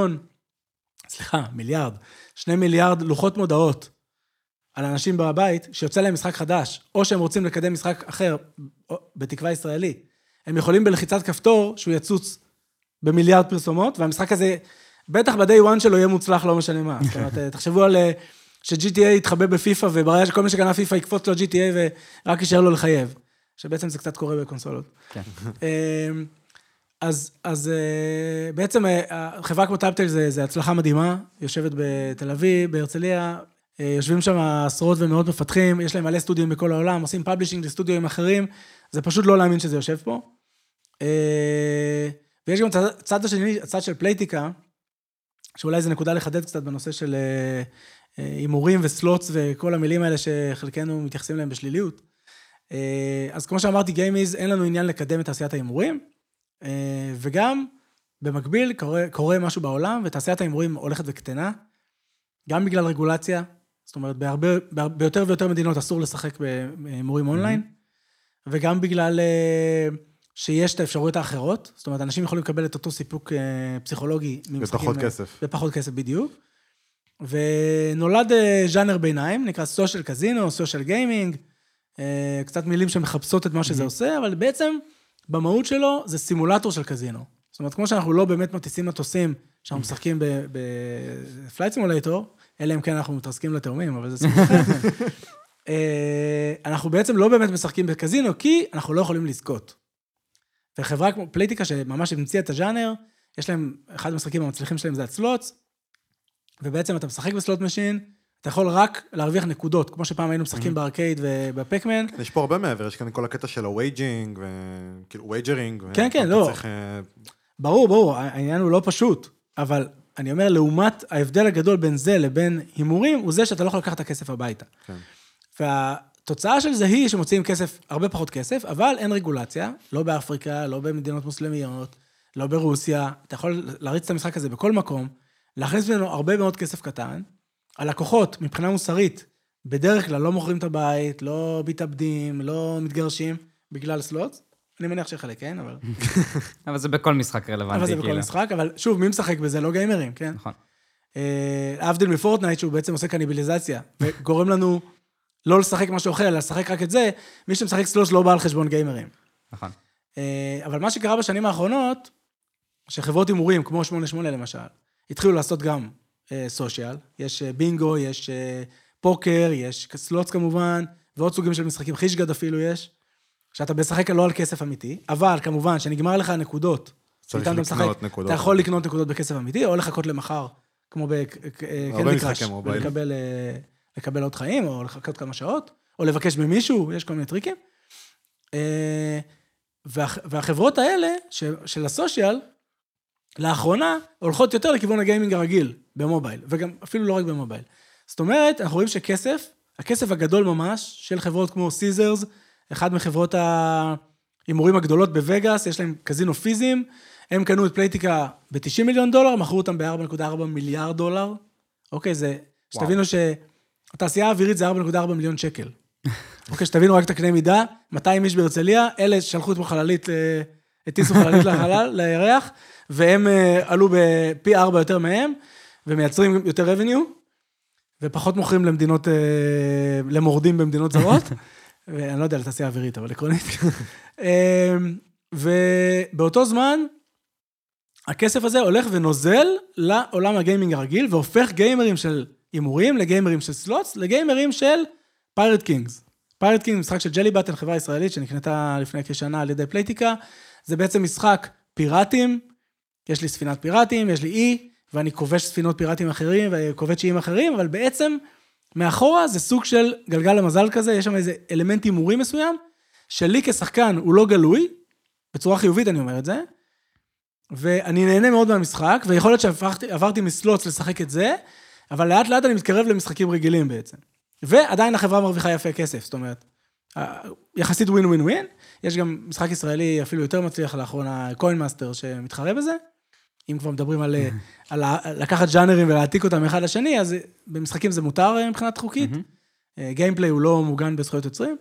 2 מיליארד לוחות מודעות על אנשים בבית, שיוצא להם משחק חדש, או שהם רוצים לקדם משחק אחר, בתקווה ישראלי. הם יכולים בלחיצת כפתור, שהוא יצוץ במיליארד פרסומות, והמשחק הזה, בטח ב-day one שלו יהיה מוצלח, לא משנה מה. זאת אומרת, תחשבו על ש-GTA יתחבא בפיפה, וברגע שכל מי שקנה פיפה יקפוץ לו GTA, ורק יישאר לו לחייב. שבעצם זה קצת קורה בקונסולות. כן. אז בעצם חברה כמו טאבטייל זה הצלחה מדהימה, יושבת בתל אביב, בהרצליה, יושבים שם עשרות ומאות מפתחים, יש להם מלא סטודיו בכל העולם, עושים פאבלישינג לסטודיו אחרים, זה פשוט לא להאמין שזה יושב פה. ויש גם צד השני, הצד של פלייטיקה, שאולי זה נקודה לחדד קצת בנושא של אימורים וסלוטס וכל המילים האלה שחלקנו מתייחסים להם בשליליות. אז כמו שאמרתי, גיימיז, אין לנו עניין לקדם את תעשיית האימורים, וגם במקביל קורה משהו בעולם, ותעשיית האימורים הולכת וקטנה, גם בגלל רגולציה, זאת אומרת, ביותר ויותר מדינות אסור לשחק באימורים אונליין, וגם בגלל שיש את האפשרויות האחרות, זאת אומרת, אנשים יכולים לקבל את אותו סיפוק פסיכולוגי, בפחות כסף. בפחות כסף בדיוק, ונולד ז'אנר ביניים, נקרא סושיאל קזינו, סושיאל גיימינג, קצת מילים שמחפשות את מה שזה עושה, אבל בעצם במהות שלו זה סימולטור של קזינו. זאת אומרת, כמו שאנחנו לא באמת מטיסים מטוסים, שאנחנו משחקים בפלייט סימולטור, אלא אם כן אנחנו מתרסקים לתאומים, אבל זה סיפור אחר. אנחנו בעצם לא באמת משחקים בקזינו, כי אנחנו לא יכולים לזכות. וחברה כמו פלייטיקה, שממש המציאה את הז'אנר, יש להם, אחד המשחקים המצליחים שלהם זה הסלוטס, ובעצם אתה משחק בסלוט משין, אתה יכול רק להרוויח נקודות, כמו שפעם היינו משחקים בארקייד ובפקמן. יש פה הרבה מעבר, יש כאן כל הקטע של הווייג'ינג, וכאילו ווייג'רינג. כן, כן, לא. ברור, העניין הוא לא פשוט, אבל אני אומר, לעומת ההבדל הגדול בין זה לבין הימורים, הוא זה שאתה לא יכול לקחת את הכסף הביתה. כן. והתוצאה של זה היא שמוציאים כסף, הרבה פחות כסף, אבל אין רגולציה, לא באפריקה, לא במדינות מוסלמיות, לא ברוסיה, אתה יכול להריץ את המשחק הזה בכל מקום, להכניס ממנו הרבה מאוד כסף קטן, הלקוחות, מבחינה מוסרית, בדרך כלל לא מוכרים את הבית, לא מתאבדים, לא מתגרשים, בגלל סלוט. אני מניח שחלק, כן, אבל... אבל זה בכל משחק רלוונטי. אבל זה בכל משחק, אבל שוב, מי משחק בזה? לא גיימרים, כן? נכון. להבדיל מפורטנייט, שהוא בעצם עושה קניביליזציה, וגורם לנו לא לשחק משהו אחר, אלא לשחק רק את זה, מי שמשחק סלוט לא בא על חשבון גיימרים. נכון. אבל מה שקרה בשנים האחרונות, שחברות הימורים, כמו 88 למשל, התחילו לעשות גם סושיאל, יש בינגו, יש פוקר, יש סלוטס כמובן, ועוד סוגים של משחקים, חישגד אפילו יש, שאתה משחק לא על כסף אמיתי, אבל כמובן, שנגמר לך הנקודות, צריך לקנות נקודות. אתה יכול לקנות נקודות בכסף אמיתי, או לחכות למחר, כמו בקנדי קראש, ולקבל עוד חיים, או לחכות כמה שעות, או לבקש ממישהו, יש כל מיני טריקים. והחברות האלה, של הסושיאל, לאחרונה, הולכות יותר לכיוון הגיימינג הרגיל, במובייל, וגם אפילו לא רק במובייל. זאת אומרת, אנחנו רואים שכסף, הכסף הגדול ממש, של חברות כמו סיזרס, אחד מחברות ההימורים הגדולות בווגאס, יש להם קזינו פיזיים, הם קנו את פלייטיקה ב$90 מיליון, מכרו אותם ב$4.4 מיליארד. אוקיי, זה, שתבינו שהתעשייה האווירית זה 4.4 מיליון שקל. אוקיי, שתבינו רק את הקנה מידה, 200 איש בהרצליה, אלה שלחו את חללית, הטיסו חללית לחלל, לירח, והם עלו בפי 4 יותר מהם, ומייצרים יותר revenue, ופחות מוכרים למדינות, למורדים במדינות זרות, ואני לא יודע לתעשייה אווירית, אבל עקרונית. ובאותו זמן, הכסף הזה הולך ונוזל לעולם הגיימינג הרגיל, והופך גיימרים של הימורים, לגיימרים של סלוטס, לגיימרים של פיירט קינגס. פיירט קינגס, משחק של ג'לי בטן, חברה ישראלית, שנקנתה לפני כשנה על ידי פלייטיקה, זה בעצם משחק פיראטים, יש לי ספינת פיראטים, יש לי אי, ואני כובש ספינות פיראטים אחרים, וכובש איים אחרים, אבל בעצם מאחורה זה סוג של גלגל המזל כזה, יש שם איזה אלמנט הימורי מסוים, שלי כשחקן הוא לא גלוי, בצורה חיובית אני אומר את זה, ואני נהנה מאוד מהמשחק, ויכול להיות שעברתי מסלוטס לשחק את זה, אבל לאט לאט אני מתקרב למשחקים רגילים בעצם. ועדיין החברה מרוויחה יפה כסף, זאת אומרת, יחסית ווין ווין ווין, יש גם משחק ישראלי אפילו יותר מצליח לאחרונה, קוין מאסטר שמתחרה בזה, אם כבר מדברים על לקחת ז'אנרים ולהעתיק אותם אחד לשני, אז במשחקים זה מותר מבחינת חוקית, גיימפליי הוא לא מוגן בזכויות יוצרים.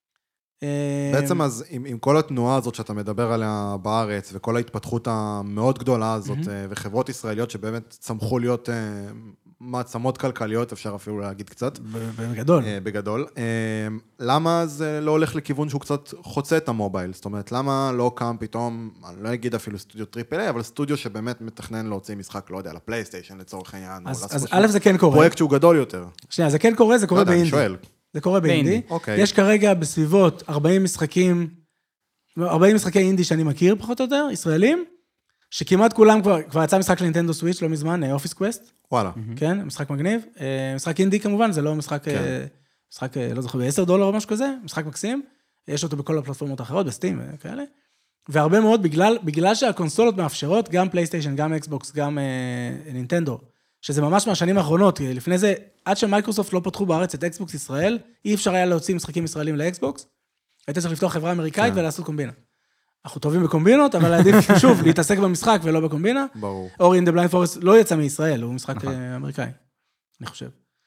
בעצם אז עם כל התנועה הזאת שאתה מדבר עליה בארץ, וכל ההתפתחות המאוד גדולה הזאת, וחברות ישראליות שבאמת צמחו להיות מעצמות כלכליות, אפשר אפילו להגיד קצת. בגדול. בגדול. למה זה לא הולך לכיוון שהוא קצת חוצה את המובייל? זאת אומרת, למה לא קם פתאום, אני לא אגיד אפילו סטודיו טריפל איי, אבל סטודיו שבאמת מתכנן להוציא משחק, לא יודע, לפלייסטיישן לצורך העניין. אז א' זה כן קורה. פרויקט שהוא גדול יותר. שנייה, זה כן קורה, זה קורה באינדי. זה קורה באינדי. אוקיי. יש כרגע בסביבות 40 משחקי אינדי שאני מכיר, פחות או יותר, ישראלים, שכמעט כולם כבר יצא משחק לנינטנדו סוויץ' לא מזמן, אופיס קווסט. וואלה. כן, משחק מגניב. משחק אינדי כמובן, זה לא משחק, לא זוכר, $10 או משהו כזה, משחק מקסים. יש אותו בכל הפלטפורמות האחרות, בסטים וכאלה. והרבה מאוד, בגלל שהקונסולות מאפשרות, גם פלייסטיישן, גם אקסבוקס, גם נינטנדו, שזה ממש מהשנים האחרונות, לפני זה, עד שמייקרוסופט לא פתחו בארץ את אקסבוקס ישראל, אי אפשר היה להוציא משחקים ישראלים לאקסבוקס, היית צריך לפתוח חברה אמריקאית ולעשות קומבינה. אנחנו טובים בקומבינות, אבל עדיף, שוב, להתעסק במשחק ולא בקומבינה. ברור. אורי אין דה בליינד פורסט לא יצא מישראל, הוא משחק אמריקאי, אני חושב.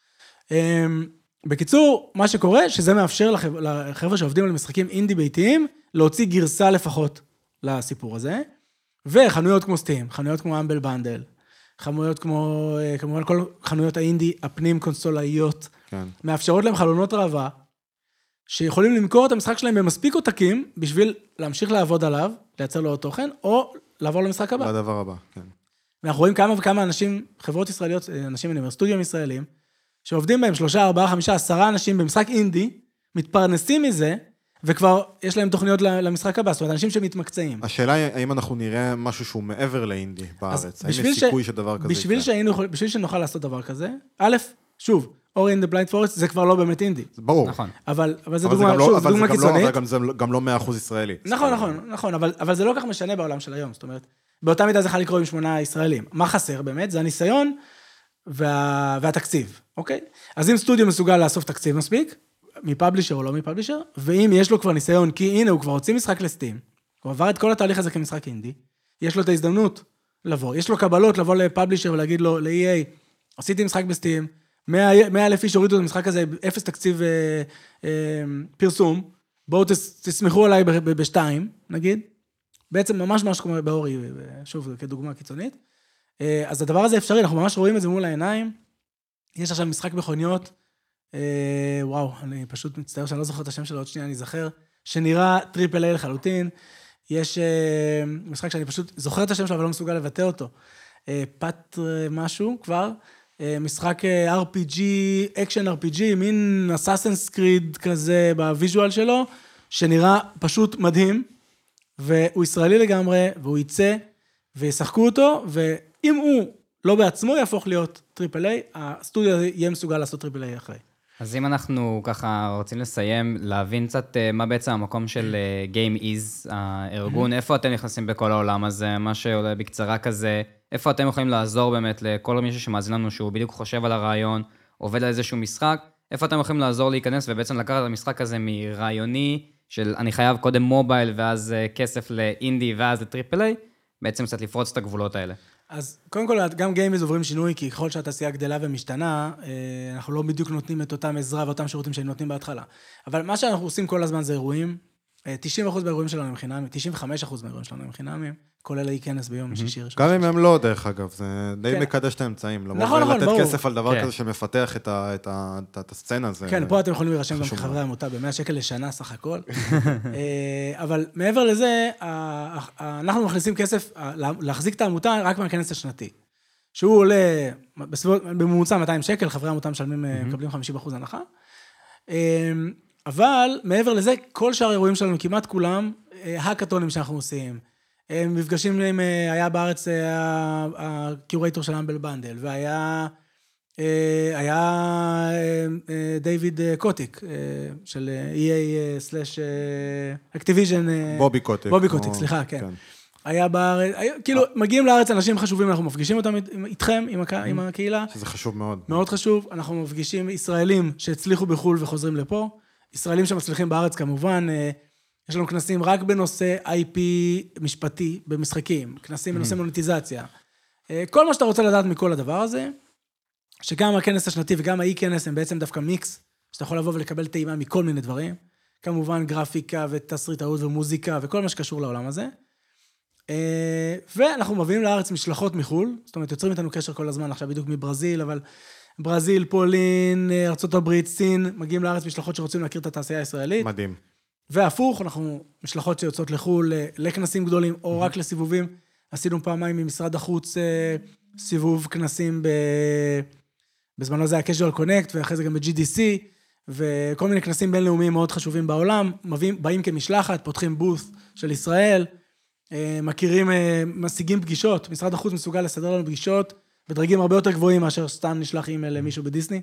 בקיצור, מה שקורה, שזה מאפשר לחבר'ה שעובדים על משחקים אינדי ביתיים, להוציא גרסה לפחות לסיפור הזה, וחנויות כמו סטים, חנויות כמו אמבל בנדל, חנויות כמו, כמובן כל חנויות האינדי, הפנים קונסולאיות, מאפשרות להם חלונות רעבה, שיכולים למכור את המשחק שלהם במספיק עותקים, בשביל להמשיך לעבוד עליו, לייצר לו תוכן, או לעבור למשחק הבא. לדבר הבא, כן. ואנחנו רואים כמה וכמה אנשים, חברות ישראליות, אנשים, אני אומר, סטודיו ישראלים, שעובדים בהם 3, 4, 5, 10 אנשים במשחק אינדי, מתפרנסים מזה, וכבר יש להם תוכניות למשחק הבא, זאת אומרת, אנשים שמתמקצעים. השאלה היא, האם אנחנו נראה משהו שהוא מעבר לאינדי בארץ? האם יש סיכוי שדבר כזה יקרה? בשביל שנוכל לעשות דבר כזה, א', שוב, אורי אין דה בליינד פורסט, זה כבר לא באמת אינדי. זה ברור. נכון. אבל זה דוגמה קיצונית. אבל זה גם לא 100% ישראלי. נכון, אבל זה לא כך משנה בעולם של היום, זאת אומרת, באותה מידה זה יכול לקרוא עם 8 ישראלים. מה חסר באמת? זה הניסיון והתקציב, אוקיי? אז אם סטודיו מסוגל לאסוף תקציב מספיק, מפאבלישר או לא מפאבלישר, ואם יש לו כבר ניסיון, כי הנה הוא כבר הוציא משחק לסטים, הוא עבר את כל התהליך הזה כמשחק אינדי, יש לו את ההזדמנות לבוא, יש לו קבלות לבוא לפאבלישר ולהגיד לו, ל-EA, עשיתי משחק בסטים, 100,000 איש הורידו את המשחק הזה, 0 תקציב פרסום, בואו תסמכו עליי בשתיים, נגיד, בעצם ממש כמו באורי, שוב, כדוגמה קיצונית, אז הדבר הזה אפשרי, אנחנו ממש רואים את זה מול העיניים, יש עכשיו משחק מכוניות, וואו, אני פשוט מצטער שאני לא זוכר את השם שלו, עוד שנייה אני אזכר, שנראה טריפל איי לחלוטין, יש משחק שאני פשוט זוכר את השם שלו, אבל לא מסוגל לבטא אותו, פט משהו כבר, משחק RPG, אקשן RPG, מין Assassin's Creed כזה בוויז'ואל שלו, שנראה פשוט מדהים, והוא ישראלי לגמרי, והוא יצא, וישחקו אותו, ואם הוא לא בעצמו יהפוך להיות טריפל איי, הסטודיו יהיה מסוגל לעשות טריפל איי אחרי. אז אם אנחנו ככה רוצים לסיים, להבין קצת מה בעצם המקום של Game Is, הארגון, איפה אתם נכנסים בכל העולם הזה, מה שעולה בקצרה כזה, איפה אתם יכולים לעזור באמת לכל מישהו שמאזין לנו, שהוא בדיוק חושב על הרעיון, עובד על איזשהו משחק, איפה אתם יכולים לעזור להיכנס ובעצם לקחת את המשחק הזה מרעיוני, של אני חייב קודם מובייל ואז כסף לאינדי ואז לטריפל איי, בעצם קצת לפרוץ את הגבולות האלה. אז קודם כל, גם גיימז עוברים שינוי, כי ככל שהתעשייה גדלה ומשתנה, אנחנו לא בדיוק נותנים את אותם עזרה ואותם שירותים שהם נותנים בהתחלה. אבל מה שאנחנו עושים כל הזמן זה אירועים, 90% מהאירועים שלנו הם חינמים, 95% מהאירועים שלנו הם חינמים, כולל האי-כנס ביום שישי ראשון. גם אם הם לא, דרך אגב, זה די מקדש את האמצעים. נכון, לתת כסף על דבר כזה שמפתח את הסצנה. כן, פה אתם יכולים להירשם גם כחברי עמותה ב100 שקל לשנה סך הכל. אבל מעבר לזה, אנחנו מכניסים כסף להחזיק את העמותה רק מהכנס השנתי. שהוא עולה בממוצע 200 שקל, חברי עמותה מקבלים 50% הנחה. אבל מעבר לזה, כל שאר האירועים שלנו, כמעט כולם, הקטונים שאנחנו עושים, מפגשים עם, היה בארץ הקיורייטור של אמבל בנדל, והיה דיוויד קוטיק, של EA/Activision. בובי קוטיק. בובי קוטיק, סליחה, כן. היה בארץ, כאילו, מגיעים לארץ אנשים חשובים, אנחנו מפגישים אותם איתכם, עם הקהילה. שזה חשוב מאוד. מאוד חשוב, אנחנו מפגישים ישראלים שהצליחו בחול וחוזרים לפה, ישראלים שמצליחים בארץ כמובן, יש לנו כנסים רק בנושא IP משפטי במשחקים, כנסים בנושא מוניטיזציה. כל מה שאתה רוצה לדעת מכל הדבר הזה, שגם הכנס השנתי וגם האי-כנס הם בעצם דווקא מיקס, שאתה יכול לבוא ולקבל טעימה מכל מיני דברים, כמובן גרפיקה ותסריטאות ומוזיקה וכל מה שקשור לעולם הזה. ואנחנו מביאים לארץ משלחות מחול, זאת אומרת, יוצרים איתנו קשר כל הזמן, עכשיו בדיוק מברזיל, אבל ברזיל, פולין, ארצות הברית, סין, מגיעים לארץ משלחות שרוצים להכיר את התעשייה הישראלית. מדהים. והפוך, אנחנו משלחות שיוצאות לחול, לכנסים גדולים, או רק לסיבובים. עשינו פעמיים ממשרד החוץ סיבוב כנסים בזמנו זה היה Casual Connect, ואחרי זה גם ב-GDC, וכל מיני כנסים בינלאומיים מאוד חשובים בעולם, באים כמשלחת, פותחים בוס של ישראל, מכירים, משיגים פגישות, משרד החוץ מסוגל לסדר לנו פגישות, בדרגים הרבה יותר גבוהים מאשר סתם נשלח אימייל למישהו בדיסני.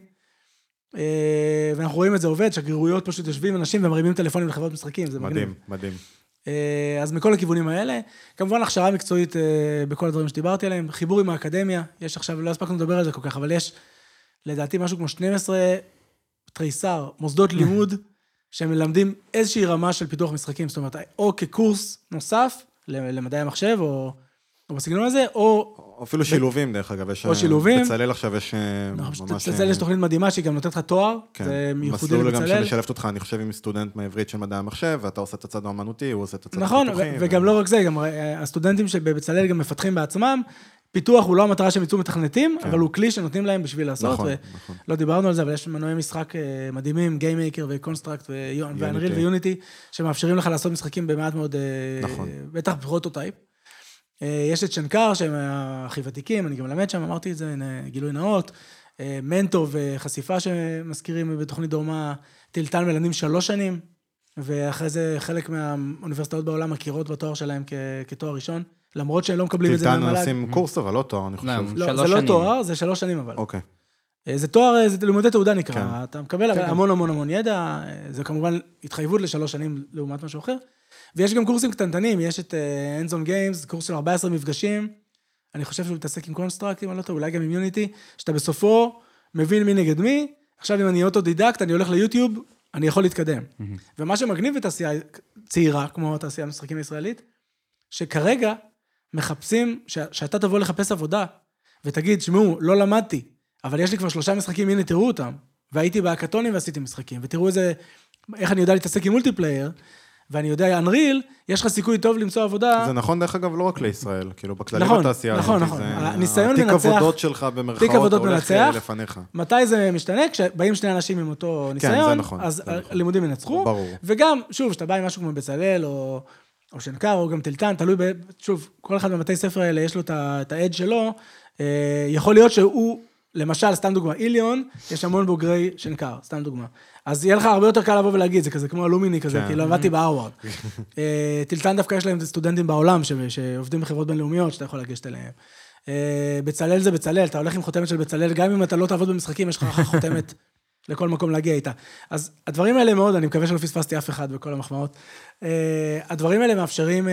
ואנחנו רואים את זה עובד, שגרירויות פשוט יושבים אנשים ומרימים טלפונים לחברות משחקים, זה מדהים, מדהים. אז מכל הכיוונים האלה, כמובן הכשרה מקצועית בכל הדברים שדיברתי עליהם, חיבור עם האקדמיה, יש עכשיו, לא הספקנו לדבר על זה כל כך, אבל יש לדעתי משהו כמו 12 תריסר, מוסדות לימוד, שמלמדים איזושהי רמה של פיתוח משחקים, זאת אומרת, או כקורס נוסף למדעי המחשב, או בסגנון הזה, או אפילו שילובים, דרך אגב, או שילובים. בצלאל עכשיו יש ממש... בצלאל יש תוכנית מדהימה, שהיא גם נותנת לך תואר, זה מיוחודי לבצלאל. מסלול גם שמשלבת אותך, אני חושב, עם סטודנט מעברית של מדעי המחשב, ואתה עושה את הצד האמנותי, הוא עושה את הצד הפיתוחי. נכון, וגם לא רק זה, גם הסטודנטים שבבצלאל גם מפתחים בעצמם, פיתוח הוא לא המטרה שהם יצאו מתכנתים, אבל הוא כלי שנותנים להם בשביל לעשות, ולא דיברנו על זה, אבל יש מנועי משחק מדהימים, גייממייקר וקונסטרקט ואנריל ויוניטי, שמאפשרים לך לעשות משחקים במעט מאוד, בטח פרוטוטייפ. יש את שנקר, שהם הכי ותיקים, אני גם למד שם, אמרתי את זה, גילוי נאות, מנטו וחשיפה שמזכירים בתוכנית דומה, טילטן מלמדים 3 שנים, ואחרי זה חלק מהאוניברסיטאות בעולם מכירות בתואר שלהם כתואר ראשון, למרות שהם לא מקבלים את זה מהמל"ג. טילטן עושים קורס, אבל לא תואר, אני חושב. לא, זה לא תואר, זה 3 שנים אבל. אוקיי. זה תואר, זה לימודי תעודה נקרא, אתה מקבל המון המון המון ידע, זה כמובן התחייבות ל3 שנים לעומת משהו אחר, ויש גם קורסים קטנטנים, יש את Hands on Games, קורס של 14 מפגשים, אני חושב שהוא מתעסק עם קונסטרקט, אם לא טוב, אולי גם עם יוניטי, שאתה בסופו מבין מי נגד מי, עכשיו אם אני אוטודידקט, אני הולך ליוטיוב, אני יכול להתקדם. ומה שמגניב בתעשייה צעירה, כמו תעשייה משחקים הישראלית, שכרגע מחפשים, שאתה תבוא לחפש עבודה, ותגיד, שמעו, לא למדתי, אבל יש לי כבר 3 משחקים, הנה תראו אותם, והייתי בהקטונים ועשיתי משחקים, ותראו איזה, איך אני יודע להתעסק עם מולטיפלייר, ואני יודע, אנריל, יש לך סיכוי טוב למצוא עבודה. זה נכון, דרך אגב, לא רק לישראל, כאילו, בכללי בתעשייה. נכון. הניסיון מנצח. תיק עבודות שלך במרכאות הולך לפניך. מתי זה משתנה? כשבאים 2 אנשים עם אותו ניסיון, אז הלימודים ינצחו. ברור. וגם, שוב, שאתה בא עם משהו כמו בצלאל, או שנקר, או גם טילטן, תלוי, שוב, כל אחד בבתי ספר האלה, יש לו את העד שלו, יכול להיות שהוא, למשל, סתם דוגמה, איליון, יש המון בוגרי שנקר, סתם דוגמה. אז יהיה לך הרבה יותר קל לבוא ולהגיד, זה כזה כמו אלומיני כזה, כי לא עבדתי בהרווארד. טילטן דווקא יש להם סטודנטים בעולם, שעובדים בחברות בינלאומיות, שאתה יכול לגשת אליהם. בצלאל זה בצלאל, אתה הולך עם חותמת של בצלאל, גם אם אתה לא תעבוד במשחקים, יש לך חותמת לכל מקום להגיע איתה. אז הדברים האלה מאוד, אני מקווה שלא פספסתי אף אחד בכל המחמאות, הדברים האלה מאפשרים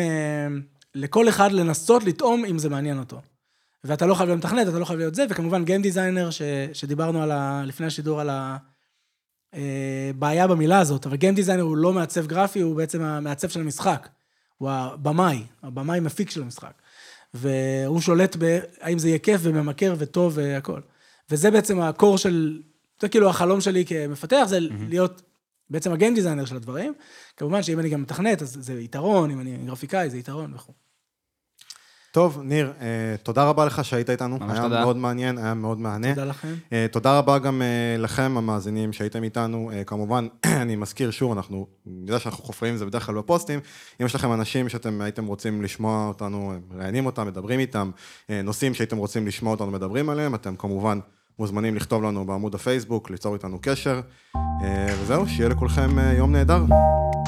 לכל אחד לנסות לטעום אם זה מעניין אותו. ואתה לא חייב למתכנת, אתה לא חייב להיות זה, וכמובן גיים דיזיינר, שדיברנו לפני השידור על הבעיה במילה הזאת, אבל גיים דיזיינר הוא לא מעצב גרפי, הוא בעצם המעצב של המשחק, הוא הבמאי מפיק של המשחק, והוא שולט האם זה יהיה כיף וממכר וטוב והכל. וזה בעצם הקור של, זה כאילו החלום שלי כמפתח, זה להיות בעצם הגיים דיזיינר של הדברים. כמובן שאם אני גם מתכנת, אז זה יתרון, אם אני גרפיקאי, זה יתרון וכו'. טוב, ניר, תודה רבה לך שהיית איתנו. היה תודה. מאוד מעניין, היה מאוד מענה. תודה לכם. תודה רבה גם לכם, המאזינים שהייתם איתנו. כמובן, אני מזכיר שוב, אני יודע שאנחנו חופרים את זה בדרך כלל בפוסטים. אם יש לכם אנשים שאתם הייתם רוצים לשמוע אותנו, ראיינים אותם, מדברים איתם, נושאים שהייתם רוצים לשמוע אותנו, מדברים עליהם, אתם כמובן מוזמנים לכתוב לנו בעמוד הפייסבוק, ליצור איתנו קשר. וזהו, שיהיה לכולכם יום נהדר.